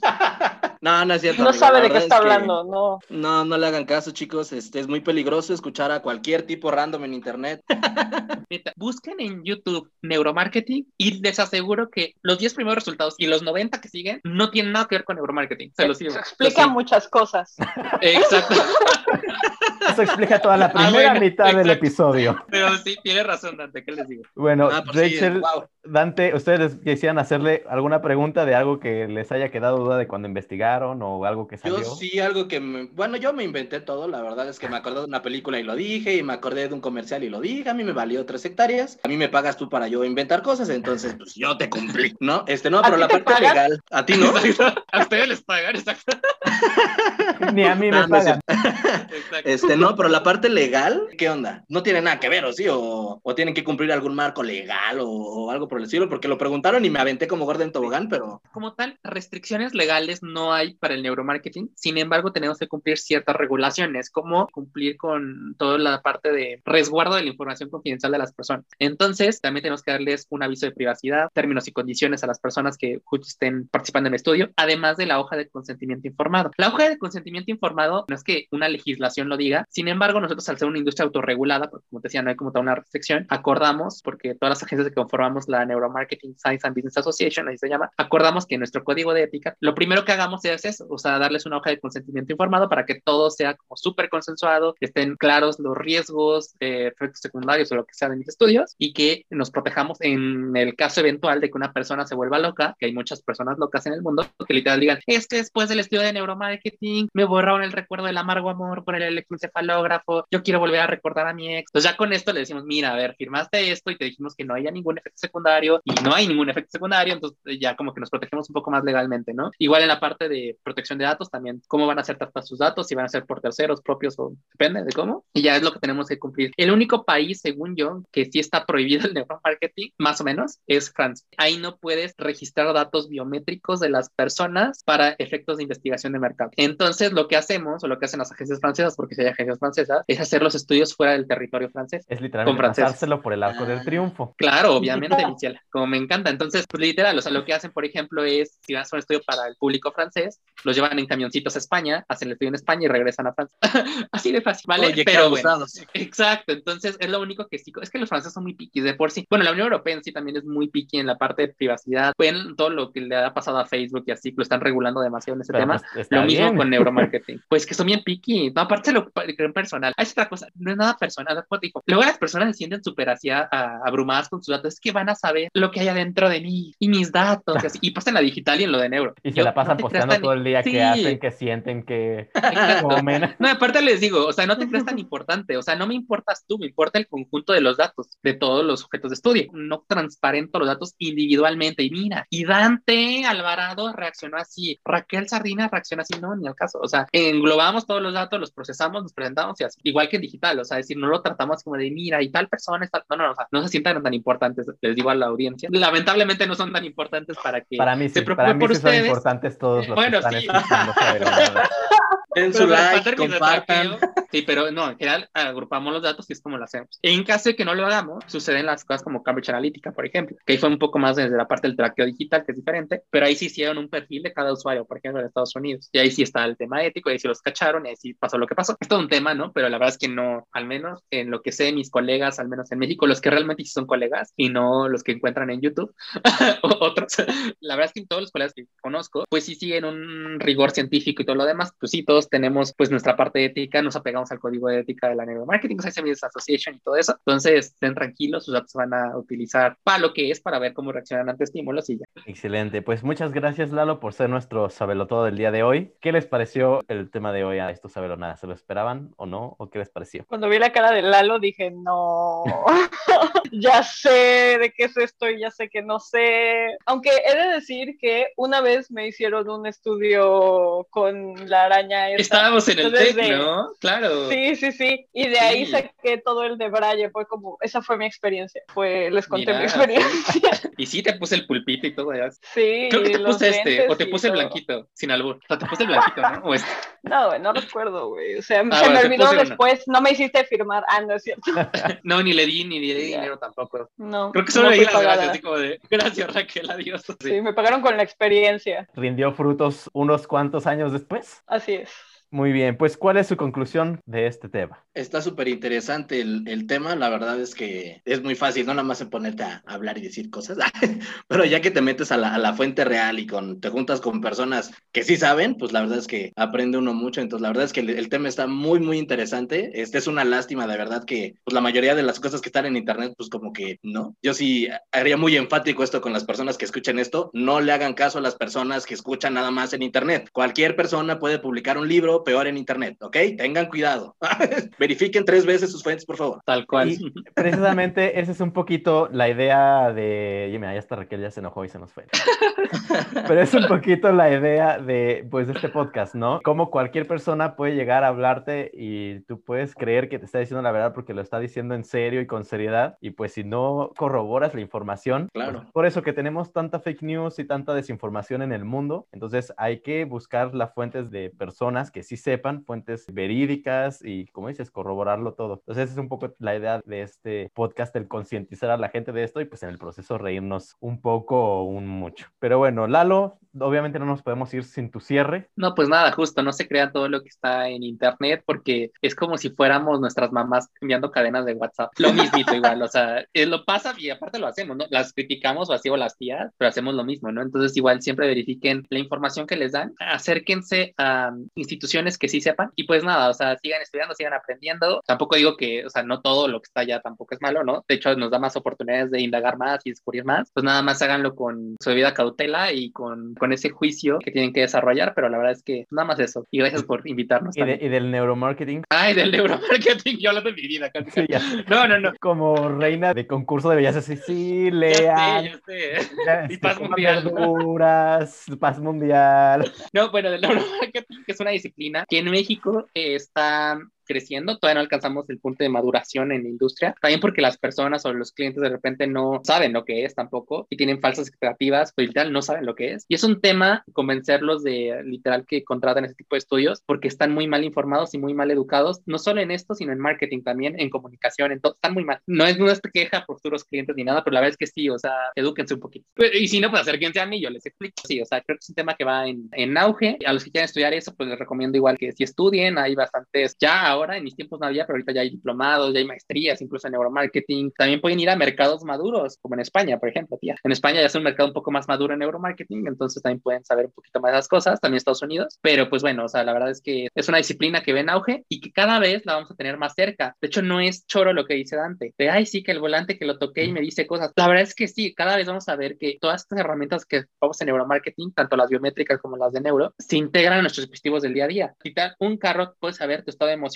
No, no es cierto. No amigo. sabe La de qué verdad está es que hablando, no. no le hagan caso, chicos. Es muy peligroso escuchar a cualquier tipo random en internet. Busquen en YouTube neuromarketing y les aseguro que los 10 primeros resultados y los 90 que siguen no tienen nada que ver con neuromarketing. Se los digo. Explica muchas cosas. Exacto. Eso explica toda la primera mitad del episodio. Pero sí, tiene razón, Dante, ¿qué les digo? Bueno, pues Rachel, sí, wow. Dante, ¿ustedes quisieran hacerle alguna pregunta de algo que les haya quedado duda de cuando investigaron o algo que salió? Yo sí, algo que bueno, yo me inventé todo, la verdad es que me acordé de una película y lo dije, y me acordé de un comercial y lo dije, a mí me valió 3 hectáreas, a mí me pagas tú para yo inventar cosas, entonces pues yo te cumplí, ¿no? No, pero la parte legal, a ti no. A ustedes les pagan, exacto. Ni a mí me pagan. No, pero la parte legal, ¿qué onda? No tiene nada que ver, ¿o sí? O tienen que cumplir algún marco legal o algo por el estilo, porque lo preguntaron y me aventé como gordo en tobogán, pero... Como tal, restricciones legales no hay para el neuromarketing, sin embargo, tenemos que cumplir ciertas regulaciones, como cumplir con toda la parte de resguardo de la información confidencial de las personas. Entonces, también tenemos que darles un aviso de privacidad, términos y condiciones a las personas que justo estén participando en el estudio, además de la hoja de consentimiento informado. La hoja de consentimiento informado no es que una legislación lo diga, sin embargo, nosotros al ser una industria autorregulada, porque como te decía, no hay como tal una restricción, acordamos, porque todas las agencias que conformamos la Neuromarketing Science and Business Association, así se llama, acordamos que en nuestro código de ética, lo primero que hagamos es eso, o sea, darles una hoja de consentimiento informado para que todo sea como súper consensuado, que estén claros los riesgos, efectos secundarios o lo que sea de mis estudios, y que nos protejamos en el caso eventual de que una persona se vuelva loca, que hay muchas personas locas en el mundo, que literal digan, es que después del estudio de neuromarketing me borraron el recuerdo del amargo amor por el electroencefalógrafo, yo quiero volver a recordar a mi ex. Entonces ya con esto le decimos, mira, a ver, firmaste esto y te dijimos que no haya ningún efecto secundario y no hay ningún efecto secundario, entonces ya como que nos protegemos un poco más legalmente, ¿no? Igual en la parte de protección de datos también, cómo van a ser tratados sus datos, si van a ser por terceros, propios o depende de cómo, y ya es lo que tenemos que cumplir. El único país, según yo, que sí está prohibido el neuromarketing, más o menos, es Francia. Ahí no puedes registrar datos biométricos de las personas para efectos de investigación de mercado. Entonces, lo que hacemos, o lo que hacen las agencias francesas, porque si hay agencias francesas, es hacer los estudios fuera del territorio francés. Es literalmente pasárselo por el arco del triunfo. Claro, obviamente, Michelle, como me encanta. Entonces, pues literal, o sea, lo que hacen, por ejemplo, es, si van a hacer un estudio para el público francés, los llevan en camioncitos a España, hacen el estudio en España y regresan a Francia. Así de fácil, ¿vale? Oye, pero bueno, exacto. Entonces, es lo único que sí, es que los franceses son muy picky de por sí. Bueno, la Unión Europea en sí también es muy picky en la parte de privacidad. Ven todo lo que le ha pasado a Facebook y así, lo están regulando demasiado en ese tema. Pues, lo mismo bien. con neuromarketing. Pues que son bien picky. No, aparte lo creen personal. Hay otra cosa, no es nada personal. Luego las personas se sienten súper así abrumadas con sus datos. Es que van a saber lo que hay adentro de mí y mis datos. Y, así, y pasa en la digital y en lo de neuro. Y se la pasan posteando todo el día, sí. que hacen, que sienten, que comen. No, aparte les digo, o sea, no te creas tan importante. O sea, no me importas tú, me importa el conjunto de los datos de todos los sujetos de estudio. No transparento los datos individualmente. Y mira, y Dante Alvarado reaccionó así, Raquel Sardina reacciona así, no, ni al caso. O sea, englobamos todos los datos, los procesamos conversamos, nos presentamos y así. Igual que en digital, o sea, es decir, no lo tratamos como de, mira, y tal persona está... No, o sea, no se sientan tan importantes, les digo a la audiencia. Lamentablemente no son tan importantes para que se preocupen por sí son ustedes. importantes todos los Bueno, que están sí. escuchando Sabelonadas. Den su like, compartan. Sí, pero no, en general agrupamos los datos y es como lo hacemos. En caso de que no lo hagamos, suceden las cosas como Cambridge Analytica, por ejemplo, que ahí fue un poco más desde la parte del traqueo digital, que es diferente, pero ahí sí hicieron un perfil de cada usuario, por ejemplo, en Estados Unidos. Y ahí sí está el tema ético, y ahí sí los cacharon, y ahí sí pasó lo que pasó. Es todo un tema, ¿no? Pero la verdad es que no, al menos en lo que sé de mis colegas, al menos en México, los que realmente sí son colegas y no los que encuentran en YouTube, otros, la verdad es que todos los colegas que conozco, pues sí siguen un rigor científico y todo lo demás. Pues sí, todos tenemos pues nuestra parte ética, nos apegamos al código de ética de la Neuromarketing Association y todo eso. Entonces, estén tranquilos, sus datos van a utilizar para lo que es, para ver cómo reaccionan ante estímulos y ya. Excelente, pues muchas gracias, Lalo, por ser nuestro sabelotodo del día de hoy. ¿Qué les pareció el tema de hoy a estos sabelonadas? ¿Se lo esperaban o no? ¿O qué les pareció? Cuando vi la cara de Lalo dije, no, ya sé de qué es esto y ya sé que no sé. Aunque he de decir que una vez me hicieron un estudio con la araña esa. Estábamos en el TEC, ¿no? Claro. Sí. Y de ahí saqué todo el de Braille. Fue como, esa fue mi experiencia. Les conté mi experiencia. Y sí, te puse el pulpito y todo. Ya. Sí. Creo que te puse o te puse el blanquito, sin albur. O sea, te puse el blanquito, ¿no? O este. No, güey, no recuerdo, güey. O sea, se me olvidó después. No me hiciste firmar. No es cierto. No, ni le di dinero tampoco. No. Creo que solo le di las gracias, así como de, gracias Raquel, adiós. Sí, me pagaron con la experiencia. ¿Rindió frutos unos cuantos años después? Así es. Muy bien, pues ¿cuál es su conclusión de este tema? Está súper interesante el tema, la verdad es que es muy fácil, no nada más en ponerte a hablar y decir cosas, pero ya que te metes a la fuente real y te juntas con personas que sí saben, pues la verdad es que aprende uno mucho, entonces la verdad es que el tema está muy, muy interesante. Es una lástima, de verdad, que pues la mayoría de las cosas que están en internet, pues como que no. Yo sí haría muy enfático esto con las personas que escuchen esto, no le hagan caso a las personas que escuchan nada más en internet. Cualquier persona puede publicar un libro, peor en internet, ¿ok? Tengan cuidado. Verifiquen 3 veces sus fuentes, por favor. Tal cual. Y precisamente esa es un poquito la idea de... Y mira, ya hasta Raquel ya se enojó y se nos fue. Pero es un poquito la idea de, pues, de este podcast, ¿no? Cómo cualquier persona puede llegar a hablarte y tú puedes creer que te está diciendo la verdad porque lo está diciendo en serio y con seriedad. Y pues si no corroboras la información, claro. Pues, por eso que tenemos tanta fake news y tanta desinformación en el mundo. Entonces hay que buscar las fuentes de personas que sí sepan, fuentes verídicas y, como dices, corroborarlo todo. Entonces esa es un poco la idea de este podcast, el concientizar a la gente de esto y pues en el proceso reírnos un poco o un mucho. Pero bueno, Lalo, obviamente no nos podemos ir sin tu cierre. No, pues nada, justo, no se crea todo lo que está en internet porque es como si fuéramos nuestras mamás enviando cadenas de WhatsApp. Lo mismito igual, o sea, lo pasa y aparte lo hacemos, ¿no? Las criticamos o así o las tías, pero hacemos lo mismo, ¿no? Entonces igual siempre verifiquen la información que les dan, acérquense a instituciones que sí sepan y pues nada, o sea, sigan estudiando, sigan aprendiendo. Tampoco digo que, o sea, no todo lo que está allá tampoco es malo, ¿no? De hecho, nos da más oportunidades de indagar más y descubrir más. Pues nada más háganlo con su debida cautela y con ese juicio que tienen que desarrollar, pero la verdad es que nada más eso. Y gracias por invitarnos. Y del neuromarketing. Ay, del neuromarketing, yo hablando de mi vida, casi. Sí, No. Como reina de concurso de belleza, sí, lean. Ya sé. Y paz mundial. Verduras, paz mundial. No, bueno, del neuromarketing, que es una disciplina que en México está creciendo, todavía no alcanzamos el punto de maduración en la industria, también porque las personas o los clientes de repente no saben lo que es tampoco y tienen falsas expectativas, pues literal no saben lo que es. Y es un tema convencerlos de literal que contraten ese tipo de estudios porque están muy mal informados y muy mal educados, no solo en esto, sino en marketing también, en comunicación, en todo, están muy mal. No es queja por futuros clientes ni nada, pero la verdad es que sí, o sea, edúquense un poquito. Y si no, pues acérquense a mí, yo les explico. Sí, o sea, creo que es un tema que va en auge. A los que quieran estudiar eso, pues les recomiendo igual que si estudien, hay bastantes, ya ahora, en mis tiempos no había, pero ahorita ya hay diplomados, ya hay maestrías, incluso en neuromarketing. También pueden ir a mercados maduros, como en España, por ejemplo, tía. En España ya es un mercado un poco más maduro en neuromarketing, entonces también pueden saber un poquito más de las cosas, también Estados Unidos. Pero pues bueno, o sea, la verdad es que es una disciplina que ve en auge y que cada vez la vamos a tener más cerca. De hecho, no es choro lo que dice Dante, de, ay, sí, que el volante que lo toqué y me dice cosas. La verdad es que sí, cada vez vamos a ver que todas estas herramientas que vamos en neuromarketing, tanto las biométricas como las de neuro, se integran a nuestros dispositivos del día a día. Quitar un carro, puedes saber tu estado emocional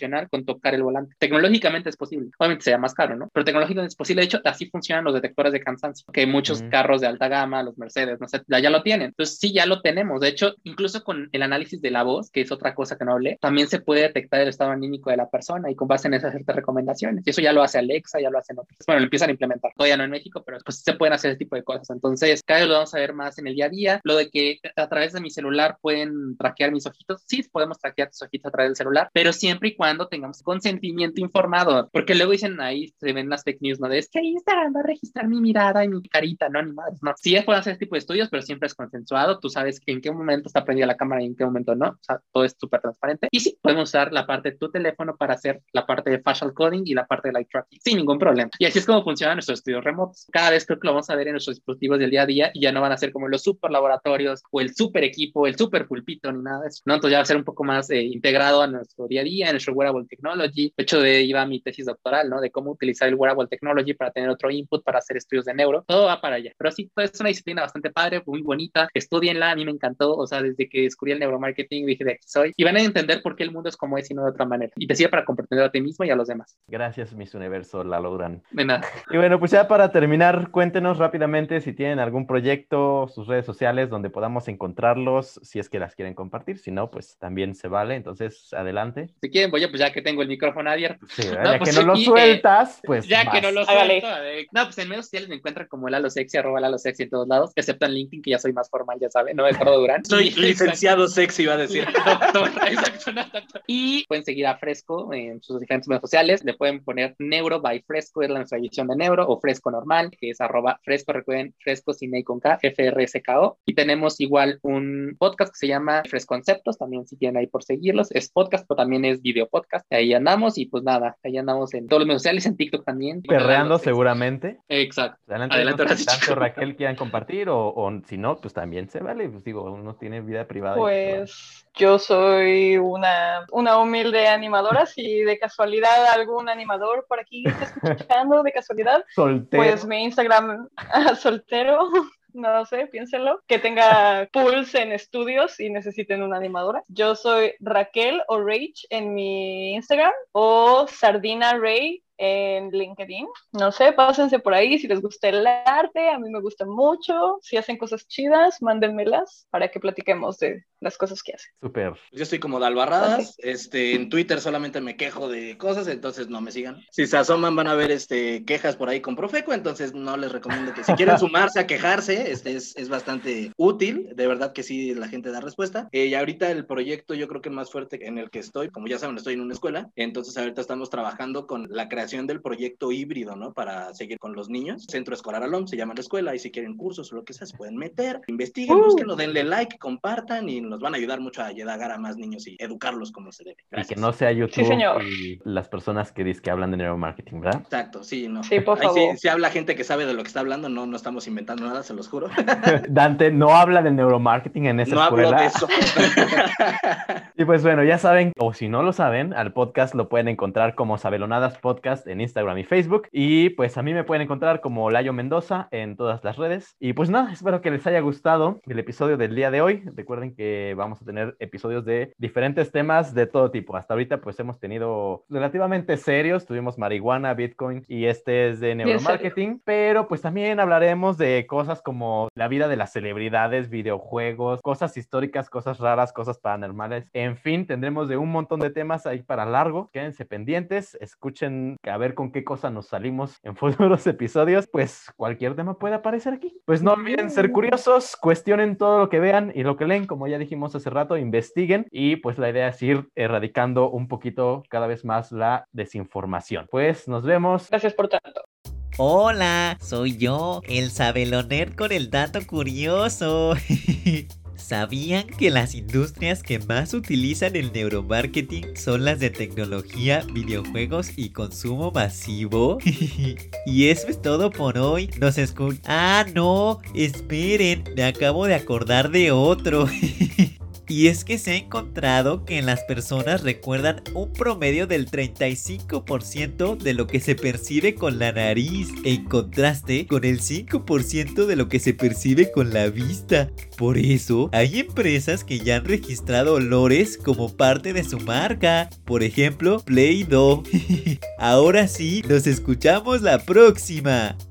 funcionar con tocar el volante. Tecnológicamente es posible. Obviamente sería más caro, ¿no? Pero tecnológicamente es posible. De hecho, así funcionan los detectores de cansancio, que muchos carros de alta gama, los Mercedes, no sé, ya lo tienen. Entonces, sí, ya lo tenemos. De hecho, incluso con el análisis de la voz, que es otra cosa que no hablé, también se puede detectar el estado anímico de la persona y con base en esas ciertas recomendaciones. Y eso ya lo hace Alexa, ya lo hacen otros. Bueno, lo empiezan a implementar. Todavía no en México, pero pues se pueden hacer ese tipo de cosas. Entonces, cada vez lo vamos a ver más en el día a día. Lo de que a través de mi celular pueden traquear mis ojitos. Sí, podemos traquear tus ojitos a través del celular, pero siempre y cuando tengamos consentimiento informado. Porque luego dicen ahí, se ven las fake news, ¿no? De es que Instagram va a registrar mi mirada y mi carita, ¿no? Ni madres, no. Sí, pueden hacer este tipo de estudios, pero siempre es consensuado. Tú sabes en qué momento está prendida la cámara y en qué momento no. O sea, todo es súper transparente. Y sí, podemos usar la parte de tu teléfono para hacer la parte de facial coding y la parte de light tracking sin ningún problema. Y así es como funcionan nuestros estudios remotos. Cada vez creo que lo vamos a ver en nuestros dispositivos del día a día y ya no van a ser como los super laboratorios o el super equipo, el super pulpito ni nada de eso, ¿no? Entonces ya va a ser un poco más integrado a nuestro día a día, en nuestro wearable technology. De hecho, de ahí va mi tesis doctoral, ¿no? De cómo utilizar el wearable technology para tener otro input, para hacer estudios de neuro. Todo va para allá. Pero sí, es una disciplina bastante padre, muy bonita. Estudienla, a mí me encantó. O sea, desde que descubrí el neuromarketing dije, de aquí soy. Y van a entender por qué el mundo es como es y no de otra manera. Y te sirve para comprender a ti mismo y a los demás. Gracias, Miss Universo, la logran. De nada. Y bueno, pues ya para terminar, cuéntenos rápidamente si tienen algún proyecto, sus redes sociales donde podamos encontrarlos, si es que las quieren compartir. Si no, pues también se vale. Entonces, adelante. Si quieren, pues ya que tengo el micrófono abierto. Sí, ya pues que no lo sueltas, pues ya vas. Que no lo suelto. No, pues en medios sociales me encuentran como @LaloSexy en todos lados, excepto en LinkedIn, que ya soy más formal, ya saben, ¿no? De Ricardo Durán. Soy licenciado sexy, iba a decir. Doctor, exacto. Y pueden seguir a Fresco en sus diferentes medios sociales. Le pueden poner Neuro by Fresco, es nuestra edición de Neuro, o Fresco normal, que es @Fresco, recuerden, Fresco sin E con K, FRSKO. Y tenemos igual un podcast que se llama Fresconceptos, también si tienen ahí por seguirlos. Es podcast, pero también es video podcast. Ahí andamos y pues nada, ahí andamos en todos los medios sociales, en TikTok también. Perreando seguramente. Exacto. Adelante tanto Raquel quieran compartir o si no, pues también se vale. Pues digo, uno tiene vida privada. Pues yo soy una humilde animadora. Si de casualidad algún animador por aquí está escuchando, de casualidad, soltero. Pues mi Instagram, soltero. No sé, piénsenlo, que tenga pulse en estudios y necesiten una animadora. Yo soy Raquel o Rach en mi Instagram o Sardina Ray en LinkedIn. No sé, pásense por ahí si les gusta el arte, a mí me gusta mucho. Si hacen cosas chidas, mándenmelas para que platiquemos de las cosas que hacen. Súper. Yo estoy como Dalbarradas, en Twitter solamente me quejo de cosas, entonces no me sigan. Si se asoman van a ver quejas por ahí con Profeco, entonces no les recomiendo que si quieren sumarse a quejarse, es bastante útil, de verdad que sí, la gente da respuesta. Y ahorita el proyecto yo creo que más fuerte en el que estoy, como ya saben, estoy en una escuela, entonces ahorita estamos trabajando con la creación del proyecto híbrido, ¿no? Para seguir con los niños. Centro Escolar Alom se llama la escuela y si quieren cursos o lo que sea, se pueden meter, investiguen, búsquenlo, denle like, compartan y nos van a ayudar mucho a llegar a más niños y educarlos como se debe. Gracias. Y que no sea YouTube sí, señor. Y las personas que dicen que hablan de neuromarketing, ¿verdad? Exacto, sí, no. Sí, por favor. Ahí sí habla gente que sabe de lo que está hablando, no estamos inventando nada, se los juro. Dante no habla de neuromarketing en esa no escuela. No hablo de eso. Y pues bueno, ya saben, o si no lo saben, al podcast lo pueden encontrar como Sabelonadas Podcast en Instagram y Facebook. Y pues a mí me pueden encontrar como Layo Mendoza en todas las redes. Y pues nada, espero que les haya gustado el episodio del día de hoy. Recuerden que vamos a tener episodios de diferentes temas de todo tipo. Hasta ahorita pues hemos tenido relativamente serios. Tuvimos marihuana, Bitcoin y este es de neuromarketing. Pero pues también hablaremos de cosas como la vida de las celebridades, videojuegos, cosas históricas, cosas raras, cosas paranormales. En fin, tendremos de un montón de temas ahí para largo. Quédense pendientes, escuchen a ver con qué cosa nos salimos en futuros episodios. Pues cualquier tema puede aparecer aquí. Pues no olviden ser curiosos, cuestionen todo lo que vean y lo que leen, como ya dijimos hace rato, investiguen y pues la idea es ir erradicando un poquito cada vez más la desinformación. Pues nos vemos. Gracias por tanto. Hola, soy yo, el Sabeloner con el dato curioso. ¿Sabían que las industrias que más utilizan el neuromarketing son las de tecnología, videojuegos y consumo masivo? Y eso es todo por hoy. Nos escuchan. ¡Ah, no! Esperen, me acabo de acordar de otro. Y es que se ha encontrado que las personas recuerdan un promedio del 35% de lo que se percibe con la nariz, en contraste con el 5% de lo que se percibe con la vista. Por eso, hay empresas que ya han registrado olores como parte de su marca. Por ejemplo, Play-Doh. Ahora sí, nos escuchamos la próxima.